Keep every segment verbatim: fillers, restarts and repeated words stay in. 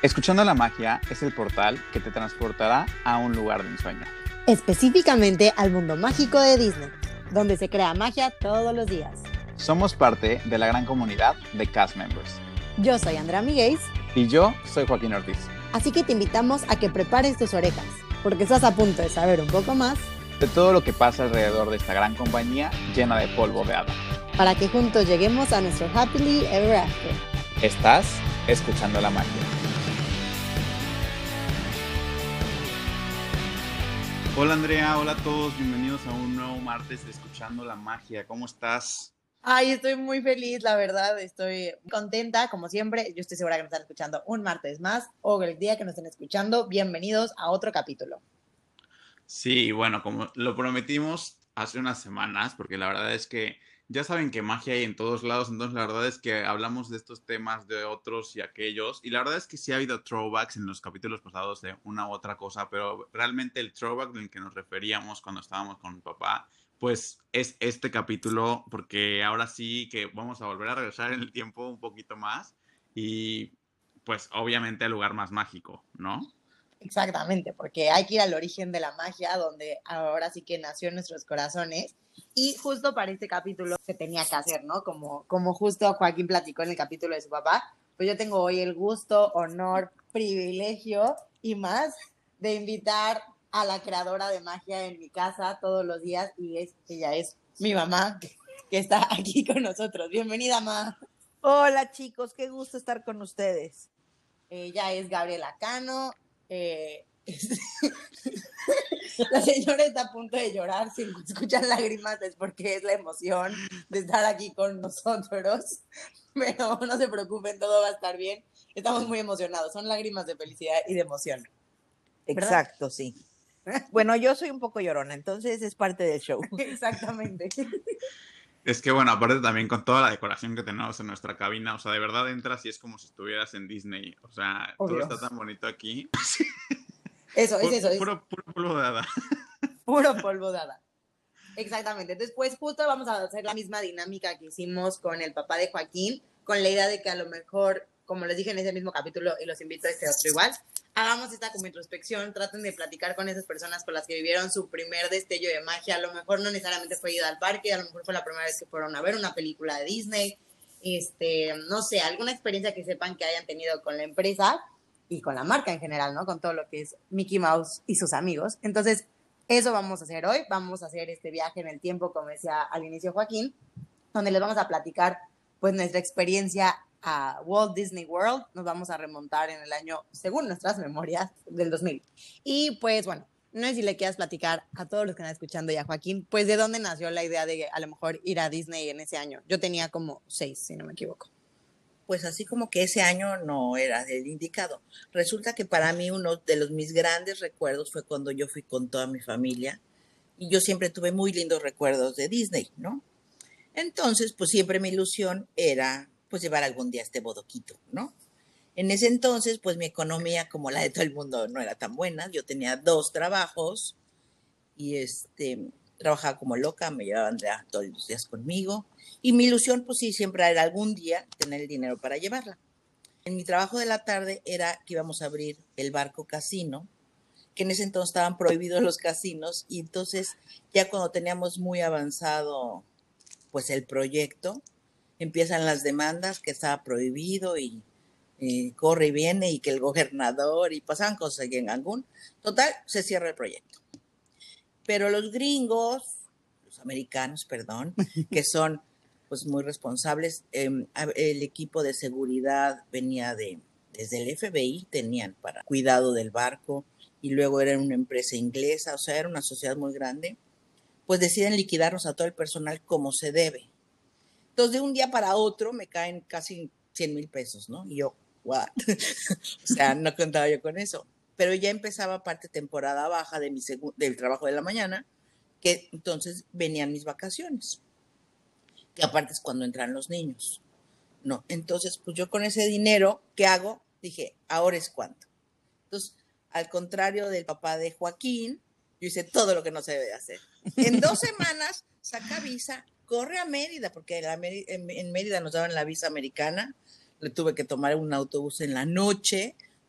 Escuchando la magia es el portal que te transportará a un lugar de ensueño. Específicamente al mundo mágico de Disney, donde se crea magia todos los días. Somos parte de la gran comunidad de cast members. Yo soy Andrea Miguel. Y yo soy Joaquín Ortiz. Así que te invitamos a que prepares tus orejas, porque estás a punto de saber un poco más de todo lo que pasa alrededor de esta gran compañía llena de polvo de hada. Para que juntos lleguemos a nuestro Happily Ever After. Estás escuchando la magia. Hola Andrea, hola a todos, bienvenidos a un nuevo martes de Escuchando la Magia. ¿Cómo estás? Ay, estoy muy feliz, la verdad, estoy contenta, como siempre. Yo estoy segura que nos están escuchando un martes más, o el día que nos estén escuchando, bienvenidos a otro capítulo. Sí, bueno, como lo prometimos hace unas semanas, porque la verdad es que ya saben que magia hay en todos lados, entonces la verdad es que hablamos de estos temas de otros y aquellos, y la verdad es que sí ha habido throwbacks en los capítulos pasados de una u otra cosa, pero realmente el throwback del que nos referíamos cuando estábamos con mi papá, pues es este capítulo, porque ahora sí que vamos a volver a regresar en el tiempo un poquito más, y pues obviamente al lugar más mágico, ¿no? Exactamente, porque hay que ir al origen de la magia, donde ahora sí que nació en nuestros corazones. Y justo para este capítulo se tenía que hacer, ¿no? Como, como justo Joaquín platicó en el capítulo de su papá, pues yo tengo hoy el gusto, honor, privilegio y más de invitar a la creadora de magia en mi casa todos los días, y es, ella es mi mamá, que está aquí con nosotros. Bienvenida, ma. Hola, chicos, qué gusto estar con ustedes. Ella es Gabriela Cano. Eh, la señora está a punto de llorar. Si escuchan lágrimas es porque es la emoción de estar aquí con nosotros, pero no se preocupen, todo va a estar bien. Estamos muy emocionados, son lágrimas de felicidad y de emoción. Exacto, sí. Bueno, yo soy un poco llorona, entonces es parte del show. Exactamente. Es que bueno, aparte también con toda la decoración que tenemos en nuestra cabina, o sea, de verdad entras y es como si estuvieras en Disney, o sea, Obvio. todo está tan bonito aquí. Eso, es eso. Es puro, puro polvo de hada. Puro polvo de hada. Exactamente. Después justo vamos a hacer la misma dinámica que hicimos con el papá de Joaquín, con la idea de que a lo mejor, como les dije en ese mismo capítulo, y los invito a este otro igual, hagamos esta como introspección, traten de platicar con esas personas con las que vivieron su primer destello de magia. A lo mejor no necesariamente fue ir al parque, a lo mejor fue la primera vez que fueron a ver una película de Disney, este, no sé, alguna experiencia que sepan que hayan tenido con la empresa y con la marca en general, ¿no? Con todo lo que es Mickey Mouse y sus amigos. Entonces, eso vamos a hacer hoy. Vamos a hacer este viaje en el tiempo, como decía al inicio Joaquín, donde les vamos a platicar pues nuestra experiencia a Walt Disney World. Nos vamos a remontar en el año, según nuestras memorias, del dos mil. Y pues bueno, no sé si le quieras platicar a todos los que están escuchando y a Joaquín, pues de dónde nació la idea de a lo mejor ir a Disney en ese año. Yo tenía como seis, si no me equivoco. Pues así como que ese año no era el indicado. Resulta que para mí uno de los mis grandes recuerdos fue cuando yo fui con toda mi familia, y yo siempre tuve muy lindos recuerdos de Disney, ¿no? Entonces, pues siempre mi ilusión era pues llevar algún día este bodoquito, ¿no? En ese entonces, pues mi economía, como la de todo el mundo, no era tan buena. Yo tenía dos trabajos y este trabajaba como loca, me llevaba Andrea todos los días conmigo, y mi ilusión, pues sí, siempre era algún día tener el dinero para llevarla. En mi trabajo de la tarde era que íbamos a abrir el Barco Casino, que en ese entonces estaban prohibidos los casinos, y entonces ya cuando teníamos muy avanzado pues el proyecto, empiezan las demandas que estaba prohibido y eh, corre y viene, y que el gobernador, y pasaban cosas aquí en Cancún. Total, se cierra el proyecto. Pero los gringos, los americanos, perdón, que son pues muy responsables, eh, el equipo de seguridad venía de, desde el F B I, tenían para cuidado del barco, y luego era una empresa inglesa, o sea, era una sociedad muy grande, pues deciden liquidarnos a todo el personal como se debe. Entonces, de un día para otro me caen casi cien mil pesos, ¿no? Y yo, ¿what? O sea, no contaba yo con eso. Pero ya empezaba parte temporada baja de mi del trabajo de la mañana, que entonces venían mis vacaciones, que aparte es cuando entran los niños, ¿no? Entonces, pues yo con ese dinero, ¿qué hago? Dije, ahora es cuando. Entonces, al contrario del papá de Joaquín, yo hice todo lo que no se debe hacer. En dos semanas saca visa, corre a Mérida, porque en, la, en Mérida nos daban la visa americana. Le tuve que tomar un autobús en la noche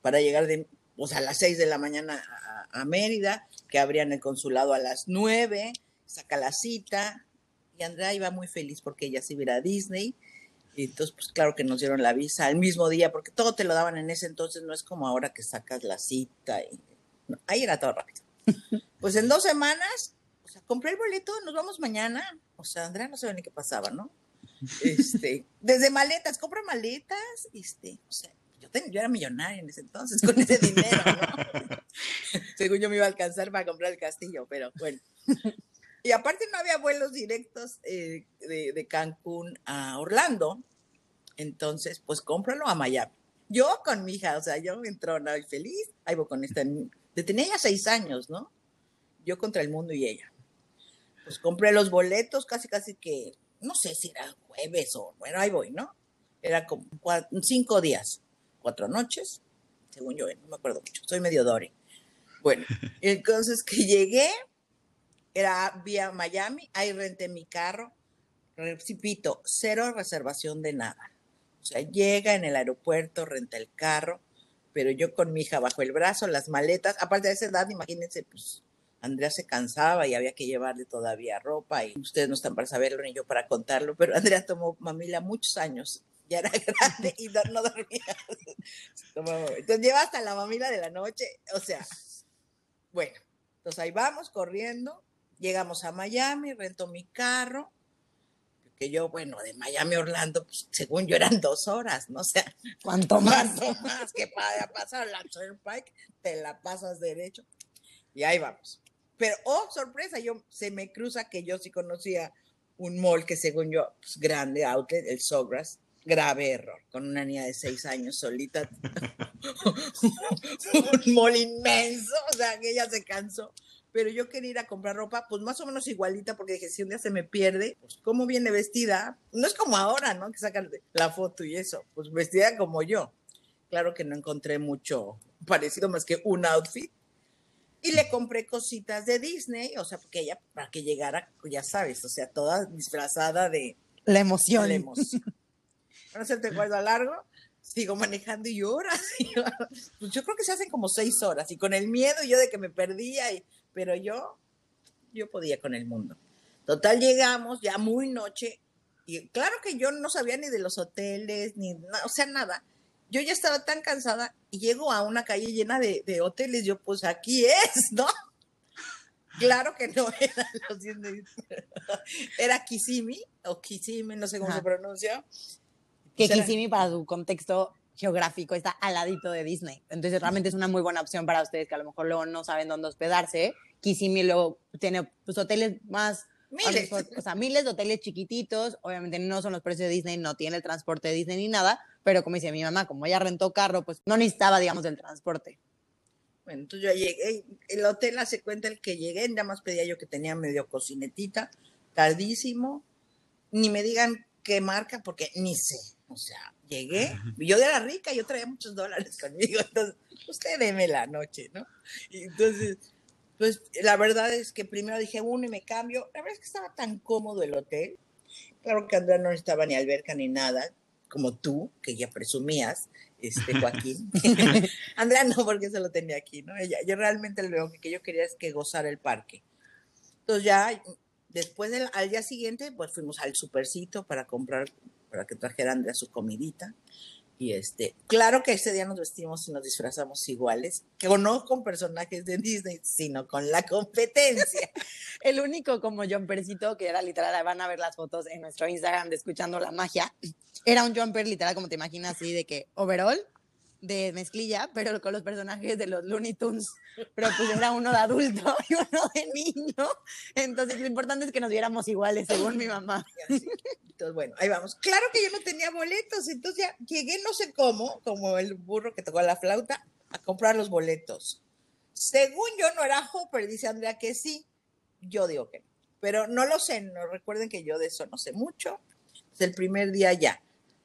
para llegar de, o sea, a las seis de la mañana a, a Mérida, que abrían el consulado a las nueve, saca la cita, y Andrea iba muy feliz porque ella se iba a ir a Disney, y entonces, pues claro que nos dieron la visa al mismo día, porque todo te lo daban en ese entonces, no es como ahora que sacas la cita, y no, ahí era todo rápido. Pues en dos semanas, o sea, compré el boleto, nos vamos mañana, o sea, Andrea no sabía ni qué pasaba, ¿no? Este, desde maletas, compra maletas, este, o sea, yo, ten, yo era millonaria en ese entonces con ese dinero, ¿no? Según yo me iba a alcanzar para comprar el castillo, pero bueno. Y aparte no había vuelos directos eh, de, de Cancún a Orlando, entonces pues cómpralo a Miami. Yo con mi hija, o sea, yo entrona y feliz, ahí voy con esta, de tenía ya seis años, ¿no? Yo contra el mundo y ella. Pues compré los boletos casi casi que, no sé si era jueves o, bueno, ahí voy, ¿no? Era como cuatro, cinco días, cuatro noches, según yo, no me acuerdo mucho, soy medio Dory. Bueno, entonces que llegué, era vía Miami, ahí renté mi carro, repito, cero reservación de nada. O sea, llega en el aeropuerto, renta el carro, pero yo con mi hija bajo el brazo, las maletas, aparte de esa edad, imagínense, pues, Andrea se cansaba y había que llevarle todavía ropa, y ustedes no están para saberlo ni yo para contarlo, pero Andrea tomó mamila muchos años, ya era grande y no, no dormía. Entonces lleva hasta la mamila de la noche, o sea, bueno, entonces ahí vamos corriendo, llegamos a Miami, rento mi carro, que yo, bueno, de Miami a Orlando, pues, según yo eran dos horas, ¿no? O sea, ¿cuánto más? ¿Cuánto más que para pasar la Turnpike? Te la pasas derecho. Y ahí vamos. Pero, oh, sorpresa, yo se me cruza que yo sí conocía un mall que según yo, pues, grande, outlet, el Sogras, grave error, con una niña de seis años solita. Un mall inmenso, o sea, que ella se cansó. Pero yo quería ir a comprar ropa, pues más o menos igualita, porque dije, si un día se me pierde, pues cómo viene vestida, no es como ahora, ¿no? Que sacan la foto y eso, pues vestida como yo. Claro que no encontré mucho parecido más que un outfit. Y le compré cositas de Disney, o sea, porque ella, para que llegara, ya sabes, o sea, toda disfrazada de... La emoción. La emoción. Para hacerte cuerda largo, sigo manejando y horas. Pues yo creo que se hacen como seis horas, y con el miedo yo de que me perdía, y, pero yo, yo podía con el mundo. Total, llegamos ya muy noche, y claro que yo no sabía ni de los hoteles, ni, o sea, nada. Yo ya estaba tan cansada y llego a una calle llena de, de hoteles. Yo, pues aquí es, ¿no? Claro que no era los Disney. Era Kissimmee, o Kissimmee, no sé cómo Ajá. se pronuncia. Que pues Kissimmee, para su contexto geográfico, está al ladito de Disney. Entonces, realmente es una muy buena opción para ustedes que a lo mejor luego no saben dónde hospedarse. Kissimmee luego tiene pues, hoteles más... Miles. Mejor, o sea, miles de hoteles chiquititos. Obviamente no son los precios de Disney, no tiene el transporte de Disney ni nada, pero como dice mi mamá, como ella rentó carro, pues no necesitaba, digamos, del transporte. Bueno, entonces yo llegué, el hotel hace cuenta el que llegué, nada más pedía yo que tenía medio cocinetita, tardísimo, ni me digan qué marca, porque ni sé, o sea, llegué, yo era rica, yo traía muchos dólares conmigo, entonces, usted deme la noche, ¿no? Y entonces... Pues la verdad es que primero dije uno y me cambio. La verdad es que estaba tan cómodo el hotel. Claro que Andrea no estaba ni alberca ni nada, como tú, que ya presumías, este, Joaquín. Andrea no, porque eso lo tenía aquí, ¿no? Ella, yo realmente lo que yo quería es que gozara el parque. Entonces ya, después del, al día siguiente, pues fuimos al supercito para comprar, para que trajera Andrea su comidita. Y este, claro que ese día nos vestimos y nos disfrazamos iguales, que no con personajes de Disney, sino con la competencia. El único como jumpercito, que era literal, van a ver las fotos en nuestro Instagram de Escuchando la Magia, era un jumper literal, como te imaginas, así de que overall, de mezclilla, pero con los personajes de los Looney Tunes, pero pues era uno de adulto y uno de niño, entonces lo importante es que nos viéramos iguales, según mi mamá. Entonces, bueno, ahí vamos. Claro que yo no tenía boletos, entonces ya llegué no sé cómo, como el burro que tocó la flauta, a comprar los boletos. Según yo no era Hopper, dice Andrea que sí, yo digo que no, pero no lo sé, no recuerden que yo de eso no sé mucho. Entonces, el primer día ya,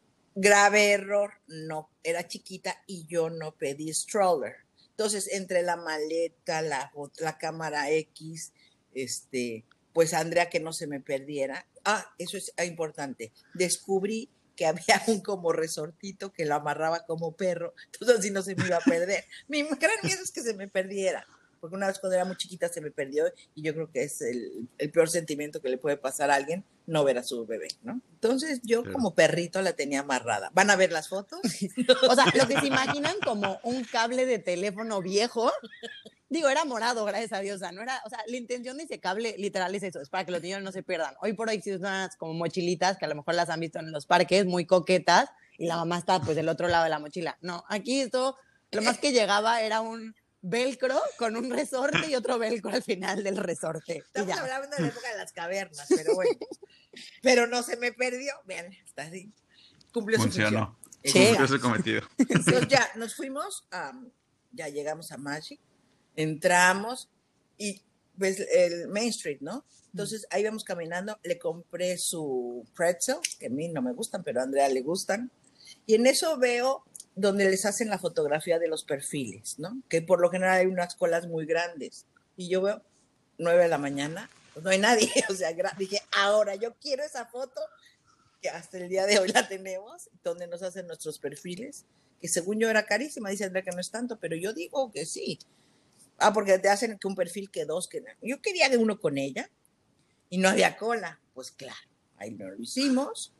grave error, no, era chiquita y yo no pedí stroller. Entonces, entre la maleta, la, la cámara X, este, pues Andrea que no se me perdiera. Ah, eso es importante. Descubrí que había un como resortito que lo amarraba como perro, entonces así no se me iba a perder. Mi gran miedo es que se me perdiera, porque una vez cuando era muy chiquita se me perdió y yo creo que es el, el peor sentimiento que le puede pasar a alguien, no ver a su bebé, ¿no? Entonces yo claro. como perrito la tenía amarrada. ¿Van a ver las fotos? O sea, lo que se imaginan como un cable de teléfono viejo, digo, era morado, gracias a Dios, o sea, no era, o sea, la intención de ese cable literal es eso, es para que los niños no se pierdan. Hoy por hoy existen unas como mochilitas que a lo mejor las han visto en los parques, muy coquetas, y la mamá está pues del otro lado de la mochila. No, aquí esto, lo más que llegaba era un velcro con un resorte y otro velcro al final del resorte. Estamos hablando de la época de las cavernas, pero bueno. Pero no se me perdió. Vean, está así. Cumplió Funcionó. su función. Cumplió su cometido. Entonces ya nos fuimos, um, ya llegamos a Magic, entramos y ves el Main Street, ¿no? Entonces ahí vamos caminando, le compré su pretzel, que a mí no me gustan, pero a Andrea le gustan. Y en eso veo donde les hacen la fotografía de los perfiles, ¿no? Que por lo general hay unas colas muy grandes. Y yo veo nueve de la mañana, pues no hay nadie. O sea, dije, ahora yo quiero esa foto, que hasta el día de hoy la tenemos, donde nos hacen nuestros perfiles, que según yo era carísima, dice Andrea que no es tanto, pero yo digo que sí. Ah, porque te hacen que un perfil que dos, que yo quería de uno con ella, y no había cola. Pues claro, ahí lo hicimos,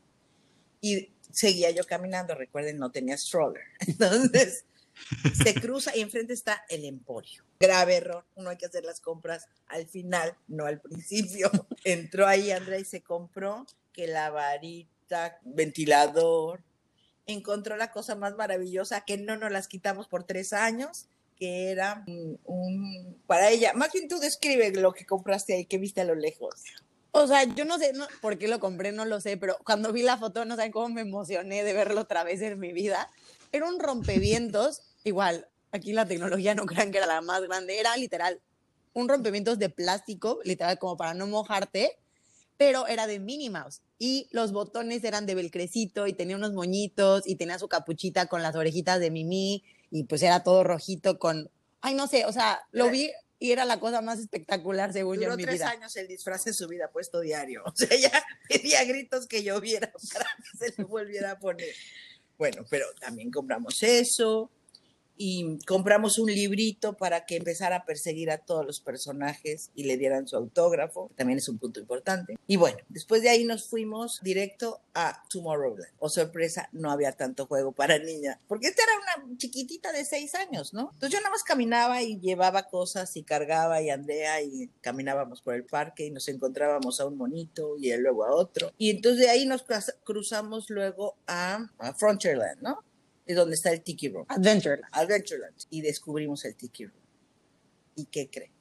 y seguía yo caminando, recuerden, no tenía stroller. Entonces, se cruza y enfrente está el Emporio. Grave error, uno hay que hacer las compras al final, no al principio. Entró ahí Andrea y se compró que la varita, ventilador. Encontró la cosa más maravillosa, que no nos las quitamos por tres años, que era un, un para ella. Más bien tú describe lo que compraste ahí, que viste a lo lejos. O sea, yo no sé no, por qué lo compré, no lo sé, pero cuando vi la foto, no saben cómo me emocioné de verlo otra vez en mi vida. Era un rompevientos, igual, aquí la tecnología no crean que era la más grande, era literal un rompevientos de plástico, literal como para no mojarte, pero era de Minnie Mouse y los botones eran de velcrecito y tenía unos moñitos y tenía su capuchita con las orejitas de Mimi y pues era todo rojito con, ay, no sé, o sea, lo vi y era la cosa más espectacular según Duró yo en mi tres vida. años el disfraz en su vida puesto diario. O sea, ya pedía gritos que lloviera para que se le volviera a poner. Bueno, pero también compramos eso y compramos un librito para que empezara a perseguir a todos los personajes y le dieran su autógrafo. También es un punto importante. Y bueno, después de ahí nos fuimos directo a Tomorrowland. Oh, sorpresa, no había tanto juego para niña, porque esta era una chiquitita de seis años, ¿no? Entonces yo nada más caminaba y llevaba cosas y cargaba y Andrea y caminábamos por el parque y nos encontrábamos a un monito y luego a otro. Y entonces de ahí nos cruzamos luego a, a Frontierland, ¿no? Es donde está el Tiki Room. Adventureland. Adventureland. Y descubrimos el Tiki Room. ¿Y qué creen?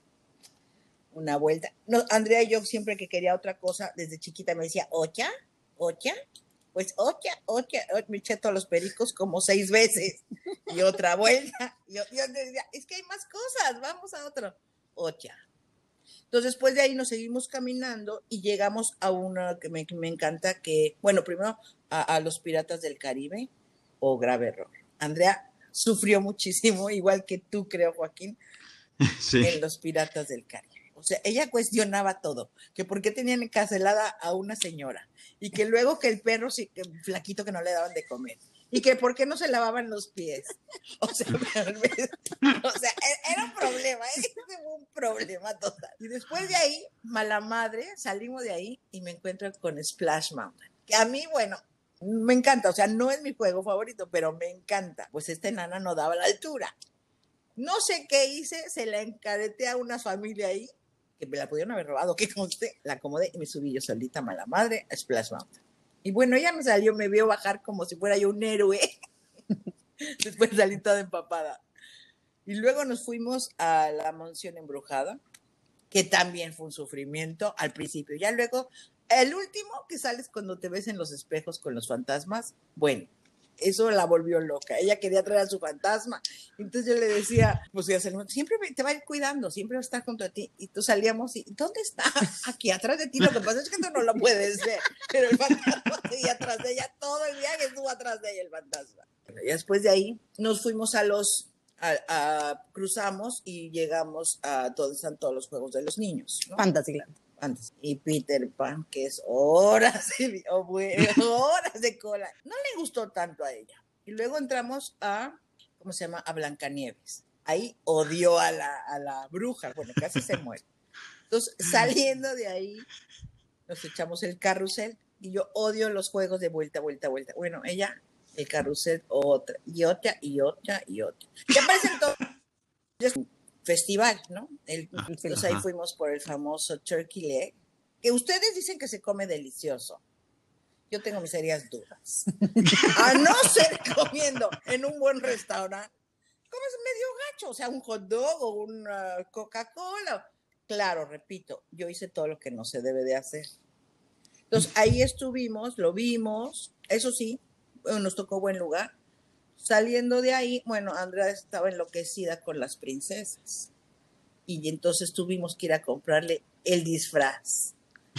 Una vuelta. No, Andrea y yo siempre que quería otra cosa, desde chiquita me decía, ¿ocha? ¿Ocha? Pues ocha, ocha. Me eché todos los pericos como seis veces. Y otra vuelta. Y yo, yo decía, es que hay más cosas, vamos a otro. Ocha. Entonces, después de ahí nos seguimos caminando y llegamos a una que me, que me encanta, que, bueno, primero a, a los Piratas del Caribe. O grave error. Andrea sufrió muchísimo, igual que tú, creo, Joaquín, sí. En los Piratas del Caribe. O sea, ella cuestionaba todo, que por qué tenían encarcelada a una señora, y que luego que el perro sí, que flaquito que no le daban de comer, y que por qué no se lavaban los pies. O sea, o sea era un problema, ¿eh? un problema total. Y después de ahí, mala madre, salimos de ahí y me encuentro con Splash Mountain, que a mí, bueno, me encanta, o sea, no es mi juego favorito, pero me encanta. Pues esta enana no daba la altura. No sé qué hice, se la encareté a una familia ahí, que me la pudieron haber robado, que conste, la acomodé y me subí yo solita, mala madre, a Splash Mountain. Y bueno, ella me salió, me vio bajar como si fuera yo un héroe. Después salí toda empapada. Y luego nos fuimos a la mansión embrujada, que también fue un sufrimiento al principio. Ya luego... El último que sales cuando te ves en los espejos con los fantasmas, bueno, eso la volvió loca. Ella quería traer a su fantasma. Entonces yo le decía, pues ya siempre te va a ir cuidando, siempre va a estar junto a ti. Y tú salíamos y, ¿dónde está? Aquí atrás de ti. Lo que pasa es que tú no lo puedes ver. Pero el fantasma seguía atrás de ella. Todo el viaje estuvo atrás de ella el fantasma. Bueno, y después de ahí nos fuimos a los... A, a, cruzamos y llegamos a donde están todos los juegos de los niños, ¿no? Fantasyland. antes. Y Peter Pan, que es horas de, oh, bueno, horas de cola. No le gustó tanto a ella. Y luego entramos a, ¿cómo se llama? A Blancanieves. Ahí odió a la, a la bruja. Bueno, casi se muere. Entonces, saliendo de ahí, nos echamos el carrusel. Y yo odio los juegos de vuelta, vuelta, vuelta. Bueno, ella, el carrusel, otra, y otra, y otra, y otra. Ya aparecen todos. Festival, ¿no? El, entonces ahí fuimos por el famoso turkey leg, que ustedes dicen que se come delicioso. Yo tengo mis serias dudas. A no ser comiendo en un buen restaurante, comes medio gacho, o sea, un hot dog o una Coca-Cola. Claro, repito, yo hice todo lo que no se debe de hacer. Entonces ahí estuvimos, lo vimos, eso sí, nos tocó buen lugar. Saliendo de ahí, bueno, Andrea estaba enloquecida con las princesas. Y entonces tuvimos que ir a comprarle el disfraz.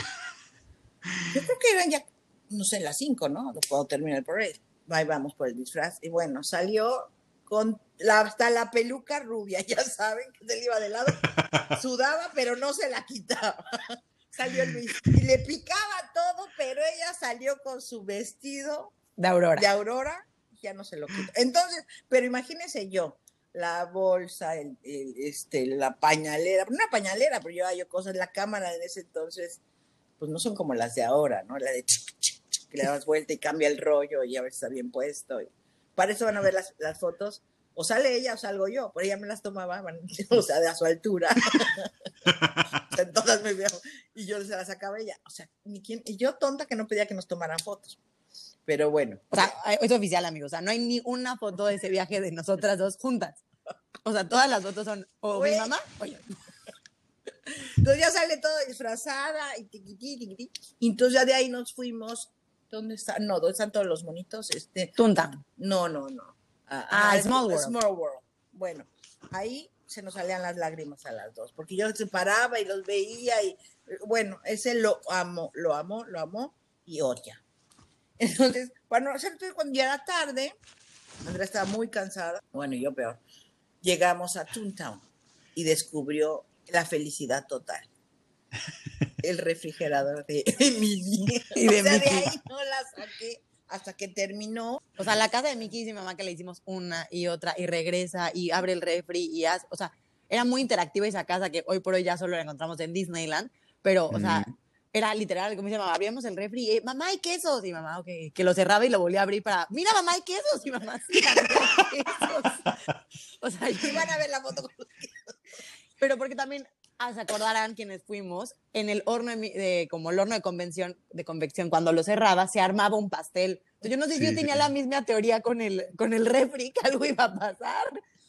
Yo creo que eran ya, no sé, las cinco, ¿no? Cuando termina el parade. Ahí vamos por el disfraz. Y bueno, salió con la, hasta la peluca rubia, ya saben, que se le iba de lado. Sudaba, pero no se la quitaba. Salió Luis. Y le picaba todo, pero ella salió con su vestido de Aurora. De Aurora. Ya no se lo quito. Entonces, pero imagínense yo, la bolsa, el, el, este, la pañalera, una pañalera, pero yo yo cosas, la cámara de ese entonces, pues no son como las de ahora, ¿no? La de chic, chic, chic, que le das vuelta y cambia el rollo y a ver si está bien puesto. Y para eso van a ver las, las fotos, o sale ella o salgo yo, pero ella me las tomaba, o sea, de a su altura. O sea, todas me veo, y yo se las sacaba ella. O sea, ni quién, y yo tonta que no pedía que nos tomaran fotos. Pero bueno. O sea, es oficial, amigos. O sea, no hay ni una foto de ese viaje de nosotras dos juntas. O sea, todas las fotos son o Uy. mi mamá o yo. Entonces ya sale todo disfrazada y tiquití, tiquití. Y entonces ya de ahí nos fuimos. ¿Dónde están? No, ¿dónde están todos los monitos? Este, Tunta. No, no, no. Ah, ah Small World. Small World. Bueno, ahí se nos salían las lágrimas a las dos. Porque yo se paraba y los veía y, bueno, ese lo amo, lo amo, lo amo y odia. Entonces, bueno, cuando ya era tarde, Andrea estaba muy cansada, bueno, y yo peor, llegamos a Toontown y descubrió la felicidad total. El refrigerador de Mickey. Y de, o sea, de ahí no la saqué hasta que terminó. O sea, la casa de Mickey y mi mamá que le hicimos una y otra y regresa y abre el refri y hace, o sea, era muy interactiva esa casa que hoy por hoy ya solo la encontramos en Disneyland, pero, mm. o sea... Era literal, como dice mamá, abríamos el refri, eh, mamá, hay quesos. Y mamá, ok, que lo cerraba y lo volvía a abrir para, mira, mamá, hay quesos. Y mamá, sí, hay quesos. O sea, y van a ver la foto con los quesos. Pero porque también, ah, se acordarán quienes fuimos, en el horno, de, de, como el horno de convención, de convección, cuando lo cerraba, se armaba un pastel. Entonces, yo no sé si sí, yo tenía sí. la misma teoría con el, con el refri, que algo iba a pasar.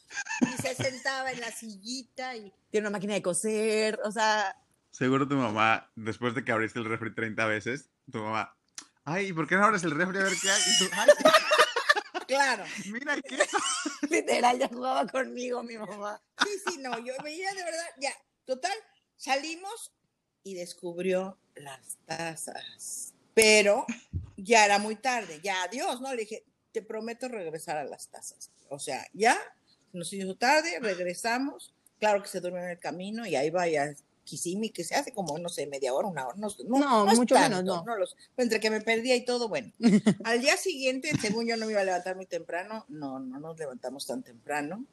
Y se sentaba en la sillita y... Tiene una máquina de coser, o sea... Seguro tu mamá, después de que abriste el refri treinta veces, tu mamá, ay, ¿por qué no abres el refri a ver qué hay? Y tú, ay, claro. Mira qué. Literal, ya jugaba conmigo mi mamá. Sí, sí, no, yo veía de verdad, ya, total, salimos y descubrió las tazas. Pero ya era muy tarde, ya adiós, ¿no? Le dije, te prometo regresar a las tazas. O sea, ya nos hizo tarde, regresamos, claro que se durmió en el camino y ahí va ya... Kisimi, que se hace como, no sé, media hora, una hora. No, no, no, no mucho tanto, menos, no. no los, entre que me perdía y todo, bueno. Al día siguiente, según yo no me iba a levantar muy temprano, no, no nos levantamos tan temprano.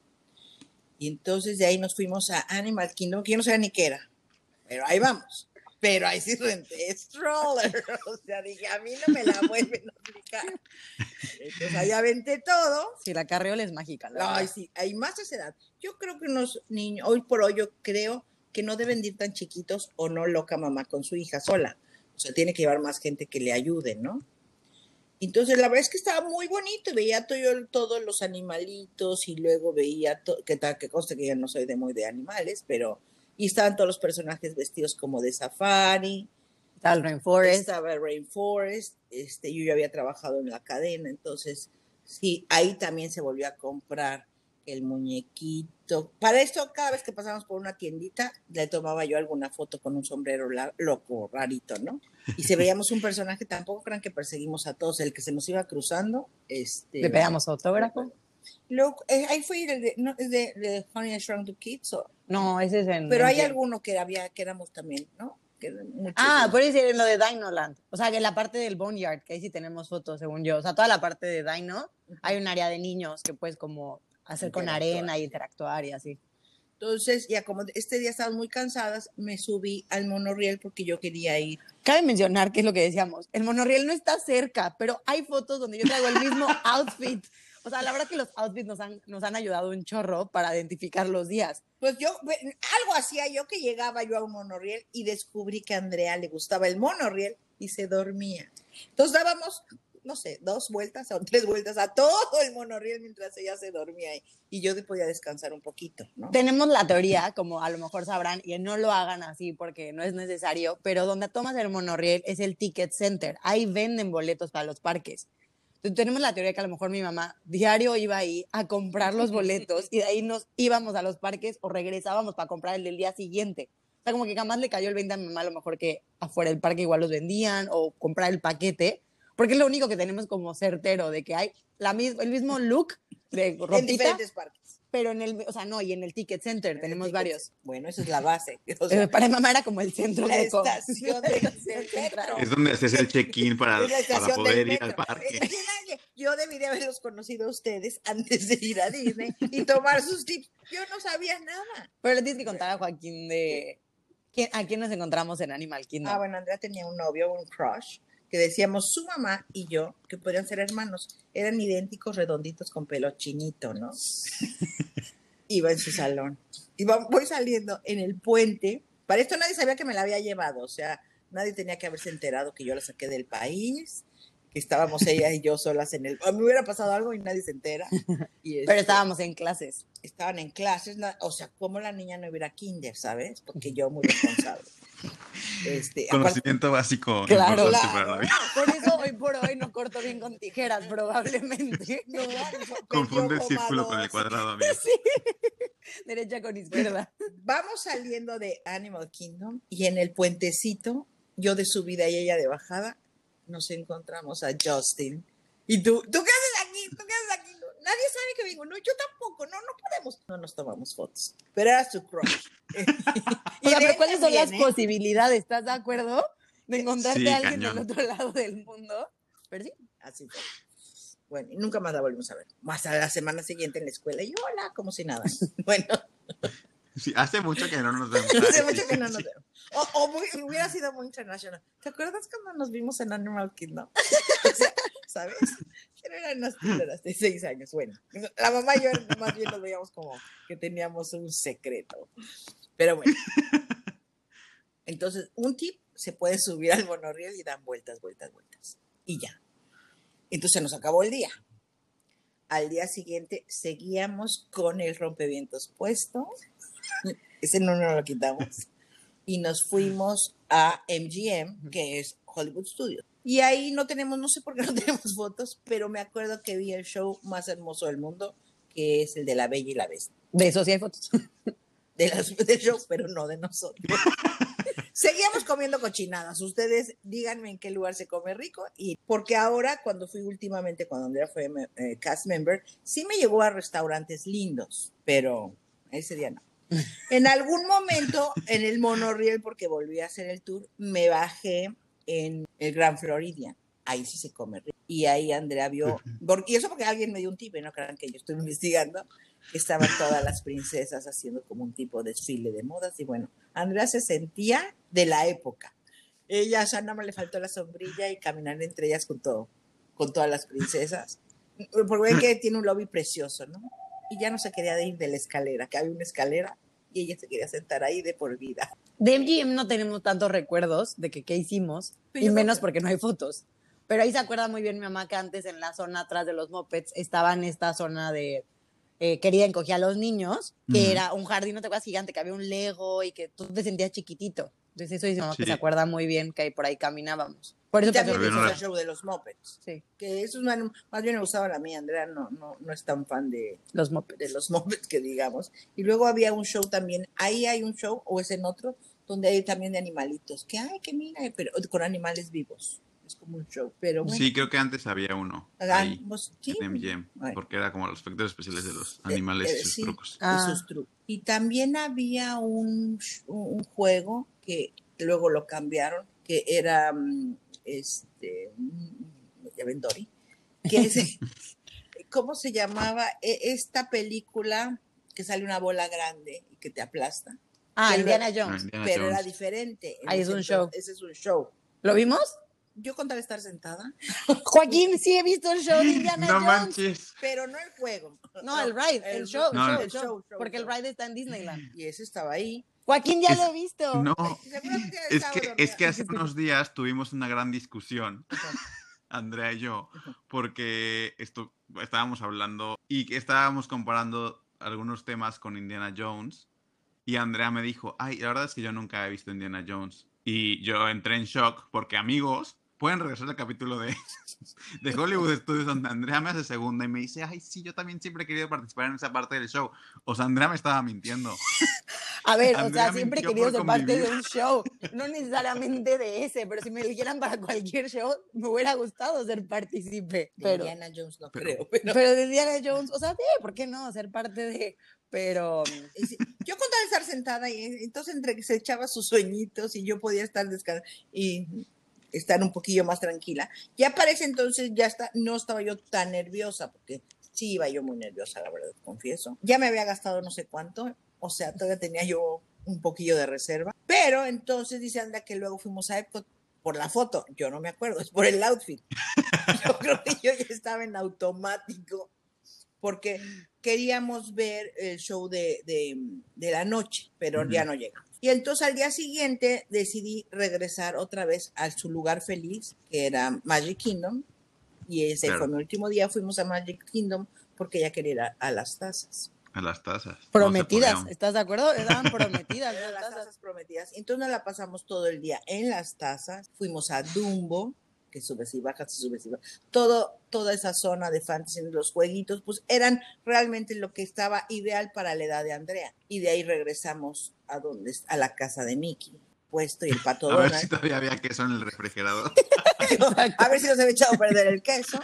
Y entonces de ahí nos fuimos a Animal Kingdom, que yo no sabía ni qué era. Pero ahí vamos. Pero ahí sí renté stroller. O sea, dije, a mí no me la vuelven a explicar. Entonces ahí aventé todo. Sí, la carriola es mágica. La Ay, sí, hay más a esa edad. Yo creo que unos niños, hoy por hoy yo creo que no deben ir tan chiquitos o no loca mamá con su hija sola. O sea, tiene que llevar más gente que le ayude, ¿no? Entonces, la verdad es que estaba muy bonito. Veía todo, todos los animalitos y luego veía, to, que tal, que conste que yo no soy de muy de animales, pero... Y estaban todos los personajes vestidos como de safari. Estaba el Rainforest. Estaba el Rainforest. Este, yo ya había trabajado en la cadena, entonces, sí, ahí también se volvió a comprar el muñequito. Para esto, cada vez que pasamos por una tiendita, le tomaba yo alguna foto con un sombrero la, loco, rarito, ¿no? Y si veíamos un personaje, tampoco crean que perseguimos a todos. El que se nos iba cruzando, este... ¿Le pegamos autógrafo? Luego, eh, ahí fue el de, ¿no? ¿Es de, de Honey I Shrunk the Kids? ¿O? No, ese es en... Pero en hay el... alguno que había, que éramos también, ¿no? que mucho Ah, tiempo. por decir en lo de Dinoland. O sea, que la parte del Boneyard, que ahí sí tenemos fotos, según yo. O sea, toda la parte de Dino, hay un área de niños que puedes como hacer con Interactuar. arena y interactuar y así. Entonces, ya como este día estábamos muy cansadas, me subí al monorriel porque yo quería ir. Cabe mencionar que es lo que decíamos, el monorriel no está cerca, pero hay fotos donde yo traigo el mismo outfit. O sea, la verdad que los outfits nos han, nos han ayudado un chorro para identificar los días. Pues yo, algo hacía yo que llegaba yo a un monorriel y descubrí que a Andrea le gustaba el monorriel y se dormía. Entonces dábamos, no sé, dos vueltas o tres vueltas a todo el monorriel mientras ella se dormía ahí. Y yo podía descansar un poquito, ¿no? Tenemos la teoría, como a lo mejor sabrán, y no lo hagan así porque no es necesario, pero donde tomas el monorriel es el Ticket Center. Ahí venden boletos para los parques. Entonces, tenemos la teoría que a lo mejor mi mamá diario iba ahí a comprar los boletos y de ahí nos íbamos a los parques o regresábamos para comprar el del día siguiente. O sea, como que jamás le cayó el veinte a mi mamá, a lo mejor que afuera del parque igual los vendían o comprar el paquete, porque es lo único que tenemos como certero de que hay la mis- el mismo look de En ropita, diferentes parques. pero en el, o sea, no, y en el Ticket Center En tenemos el varios. ticket. Bueno, esa es la base. O sea, Eh, para mi mamá era como el centro la de co- estación del, del metro. Es donde haces el check-in para, Es la para estación poder del ir al metro. parque. Imagínate, yo debí de haberlos conocido a ustedes antes de ir a Disney y tomar sus tips. Yo no sabía nada. Pero le tienes que contar a Joaquín de quién, a quién nos encontramos en Animal Kingdom. Ah, bueno, Andrea tenía un novio, un crush, que decíamos su mamá y yo, que podían ser hermanos. Eran idénticos, redonditos, con pelo chinito, ¿no? Iba en su salón. Iba, voy saliendo en el puente. Para esto nadie sabía que me la había llevado. O sea, nadie tenía que haberse enterado que yo la saqué del país, que estábamos ella y yo solas en el... A mí me hubiera pasado algo y nadie se entera. Y Pero este, estábamos en clases. estaban en clases, na- o sea, como la niña no hubiera kinder, ¿sabes? Porque yo muy responsable. Este, aparte, Conocimiento básico Claro, importante claro. para la vida. Por eso hoy por hoy no corto bien con tijeras, probablemente. no, no, Confunde el perdió círculo coma con el dos. cuadrado, amigo. Derecha con izquierda. Vamos saliendo de Animal Kingdom y en el puentecito, yo de subida y ella de bajada, nos encontramos a Justin. Y tú, ¿tú qué haces aquí? ¿Tú qué haces aquí? No, nadie sabe que vengo. No, yo tampoco. No, no podemos. No nos tomamos fotos. Pero era su crush. O sea, de pero él ¿cuáles son las también, ¿eh? posibilidades? ¿Estás de acuerdo? De encontrarte Sí, a alguien cañón. del otro lado del mundo. Pero sí. Así fue. Bueno, y nunca más la volvimos a ver. Más a la semana siguiente en la escuela. Y hola, como si nada. Bueno, Sí, hace mucho que no nos vemos. hace mucho que no nos vemos. O, o muy- hubiera sido muy internacional. ¿Te acuerdas cuando nos vimos en Animal Kingdom? O sea, ¿sabes? Pero eran unas píldoras de seis años. Bueno, la mamá y yo más bien nos veíamos como que teníamos un secreto. Pero bueno. Entonces, un tip, se puede subir al monorriel y dan vueltas, vueltas, vueltas. Y ya. Entonces nos acabó el día. Al día siguiente seguíamos con el rompevientos puesto. Ese no nos lo quitamos. Y nos fuimos a M G M, que es Hollywood Studios. Y ahí no tenemos, no sé por qué no tenemos fotos, pero me acuerdo que vi el show más hermoso del mundo, que es el de La Bella y la Bestia. De eso sí hay fotos. De las, del show, pero no de nosotros. Seguíamos comiendo cochinadas. Ustedes díganme en qué lugar se come rico. Y porque ahora, cuando fui últimamente, cuando Andrea fue eh, cast member, sí me llevó a restaurantes lindos, pero ese día no. En algún momento, en el monorriel, porque volví a hacer el tour, me bajé en el Grand Floridian. Ahí sí se come rico. Y ahí Andrea vio, porque, y eso porque alguien me dio un tip, no crean que yo estoy investigando, estaban todas las princesas haciendo como un tipo de desfile de modas. Y bueno, Andrea se sentía de la época. Ella ya nada más le faltó la sombrilla y caminar entre ellas con todo, con todas las princesas. Porque ven que tiene un lobby precioso, ¿no? Y ya no se quería ir de la escalera, que había una escalera y ella se quería sentar ahí de por vida. De M G M no tenemos tantos recuerdos de que qué hicimos, Pero y yo menos creo que- porque no hay fotos. Pero ahí se acuerda muy bien mi mamá que antes en la zona atrás de los mopeds estaba en esta zona de eh, querida encogía a los niños, que Ujú. era un jardín, no te acuerdas, gigante, que había un Lego y que tú te sentías chiquitito. Entonces eso dice mamá que Sí. se acuerda muy bien que ahí por ahí caminábamos. Por Y eso también pasó- Pero hizo no el show de los mopeds. sí, Que eso es más, más bien me gustaba la mía. Andrea no, no, no es tan fan de, los mopeds. de los mopeds que digamos. Y luego había un show también, ahí hay un show, o es en otro, donde hay también de animalitos, que ay, que mira, pero con animales vivos. Es como un show, pero bueno. Sí, creo que antes había uno Ah, ahí pues, sí. en M G M, Ay. porque era como los efectos especiales de los Eh, animales eh, y sus sí. trucos. Ah. Y sus trucos. Y también había un, sh- un juego que luego lo cambiaron, que era este, ya ven Dory, que es, ¿cómo se llamaba? Esta película que sale una bola grande y que te aplasta. Ah, que Indiana lo, Jones. Indiana pero Jones. era diferente. Ahí es un show. Ese es un show. ¿Lo vimos? Yo con tal de estar sentada. Joaquín, sí he visto el show de Indiana No Jones. manches. Pero no el juego. No, no el ride, el, el show, no, el show, el show, show, show porque show. el ride está en Disneyland. Y ese estaba ahí. Joaquín ya es, lo he visto. No, Seguramente ya es estaba que, dormida. es que hace unos días tuvimos una gran discusión, Andrea y yo, porque esto, estábamos hablando y estábamos comparando algunos temas con Indiana Jones y Andrea me dijo, ay, la verdad es que yo nunca he visto Indiana Jones. Y yo entré en shock porque, amigos, pueden regresar al capítulo de, de Hollywood Studios donde Andrea me hace segunda y me dice, ay, sí, yo también siempre he querido participar en esa parte del show. O sea, Andrea me estaba mintiendo. A ver, Andrea o sea, siempre he mintió querido por ser parte convivir. de un show, no necesariamente de ese, pero si me eligieran para cualquier show, me hubiera gustado ser partícipe. De Pero, Indiana Jones no pero, creo. Pero, pero de Indiana Jones, o sea, sí, ¿por qué no? Ser parte de... Pero... Yo contaba estar sentada y entonces entre que se echaba sus sueñitos y yo podía estar descansando y estar un poquillo más tranquila. Ya parece entonces, ya está, no estaba yo tan nerviosa, porque sí iba yo muy nerviosa, la verdad, confieso. Ya me había gastado no sé cuánto, o sea, todavía tenía yo un poquillo de reserva. Pero entonces dice Anda que luego fuimos a Epcot por la foto. Yo no me acuerdo, es por el outfit. Yo creo que yo ya estaba en automático porque queríamos ver el show de, de, de la noche, pero uh-huh. ya no llegamos. Y entonces al día siguiente decidí regresar otra vez a su lugar feliz, que era Magic Kingdom, y ese claro. fue mi último día. Fuimos a Magic Kingdom porque ella quería ir a, a las tazas. A las tazas. Prometidas, no ¿estás de acuerdo? Estaban prometidas. Las tazas. tazas prometidas. Entonces nos la pasamos todo el día en las tazas. Fuimos a Dumbo, que subes y bajas y subes y bajas. Todo, toda esa zona de fantasy, los jueguitos, pues eran realmente lo que estaba ideal para la edad de Andrea. Y de ahí regresamos a donde a la casa de Mickey, puesto y el pato a Donald. ver si todavía había queso en el refrigerador. A ver si no se había echado a perder el queso.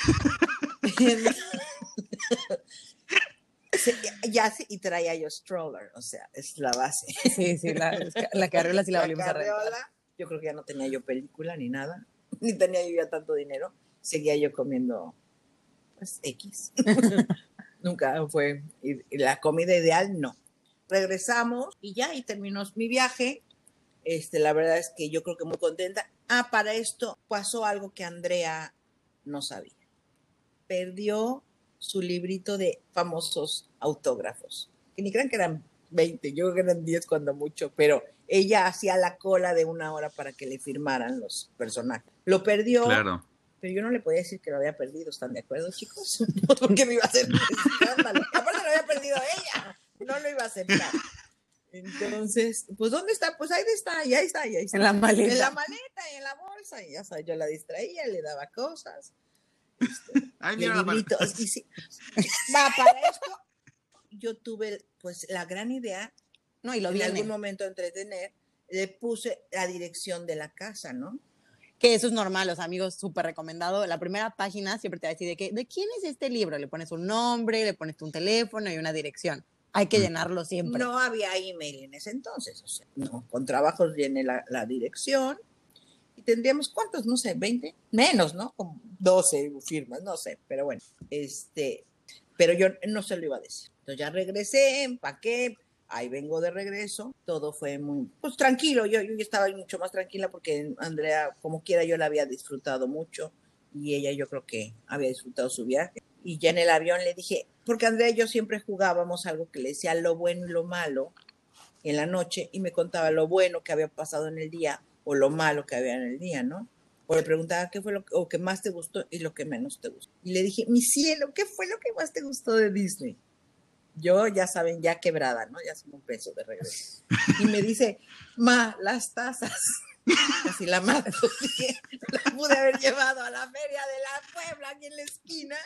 Ya sí, y traía yo stroller, o sea, es la base. Sí, sí, la, la carriola sí la, la volvimos carriola, a rentar. Yo creo que ya no tenía yo película ni nada, ni tenía yo ya tanto dinero, seguía yo comiendo, pues, X. Nunca fue, y, y la comida ideal, no. Regresamos y ya, y terminó mi viaje. Este, la verdad es que yo creo que muy contenta. Ah, para esto pasó algo que Andrea no sabía. Perdió su librito de famosos autógrafos, que ni crean que eran veinte, yo creo que eran diez cuando mucho, pero ella hacía la cola de una hora para que le firmaran los personajes. Lo perdió, claro. Pero yo no le podía decir que lo había perdido, ¿están de acuerdo, chicos? Porque me iba a hacer un escándalo. Aparte lo había perdido ella, no lo iba a aceptar. Entonces, pues, ¿dónde está? Pues ahí está, y ahí está, y ahí está. En la maleta. En la maleta y en la bolsa, y ya sabes, yo la distraía, le daba cosas. Este, Ay, mira la libritos, y sí. Va, para esto, yo tuve, pues, la gran idea, no, y lo en viene. algún momento entretener, le puse la dirección de la casa, ¿no? Que eso es normal, los amigos, súper recomendado. La primera página siempre te va a decir de, que, de quién es este libro. Le pones un nombre, le pones un teléfono y una dirección. Hay que llenarlo siempre. No había email en ese entonces, o sea, no, con trabajos llené la, la dirección y tendríamos, ¿cuántos? No sé, veinte, menos, ¿no? Como doce firmas, no sé, pero bueno, este, pero yo no se lo iba a decir. Entonces ya regresé, empaqué, ahí vengo de regreso, todo fue muy, pues tranquilo, yo, yo estaba mucho más tranquila porque Andrea, como quiera, yo la había disfrutado mucho y ella yo creo que había disfrutado su viaje. Y ya en el avión le dije, porque Andrea y yo siempre jugábamos algo que le decía lo bueno y lo malo en la noche, y me contaba lo bueno que había pasado en el día o lo malo que había en el día, ¿no? O le preguntaba qué fue lo que, o que más te gustó y lo que menos te gustó. Y le dije, mi cielo, ¿qué fue lo que más te gustó de Disney? Yo, ya saben, ya quebrada, ¿no? Ya somos un peso de regreso. Y me dice, ma, las tazas. Así la mato, que la pude haber llevado a la feria de la Puebla, aquí en la esquina,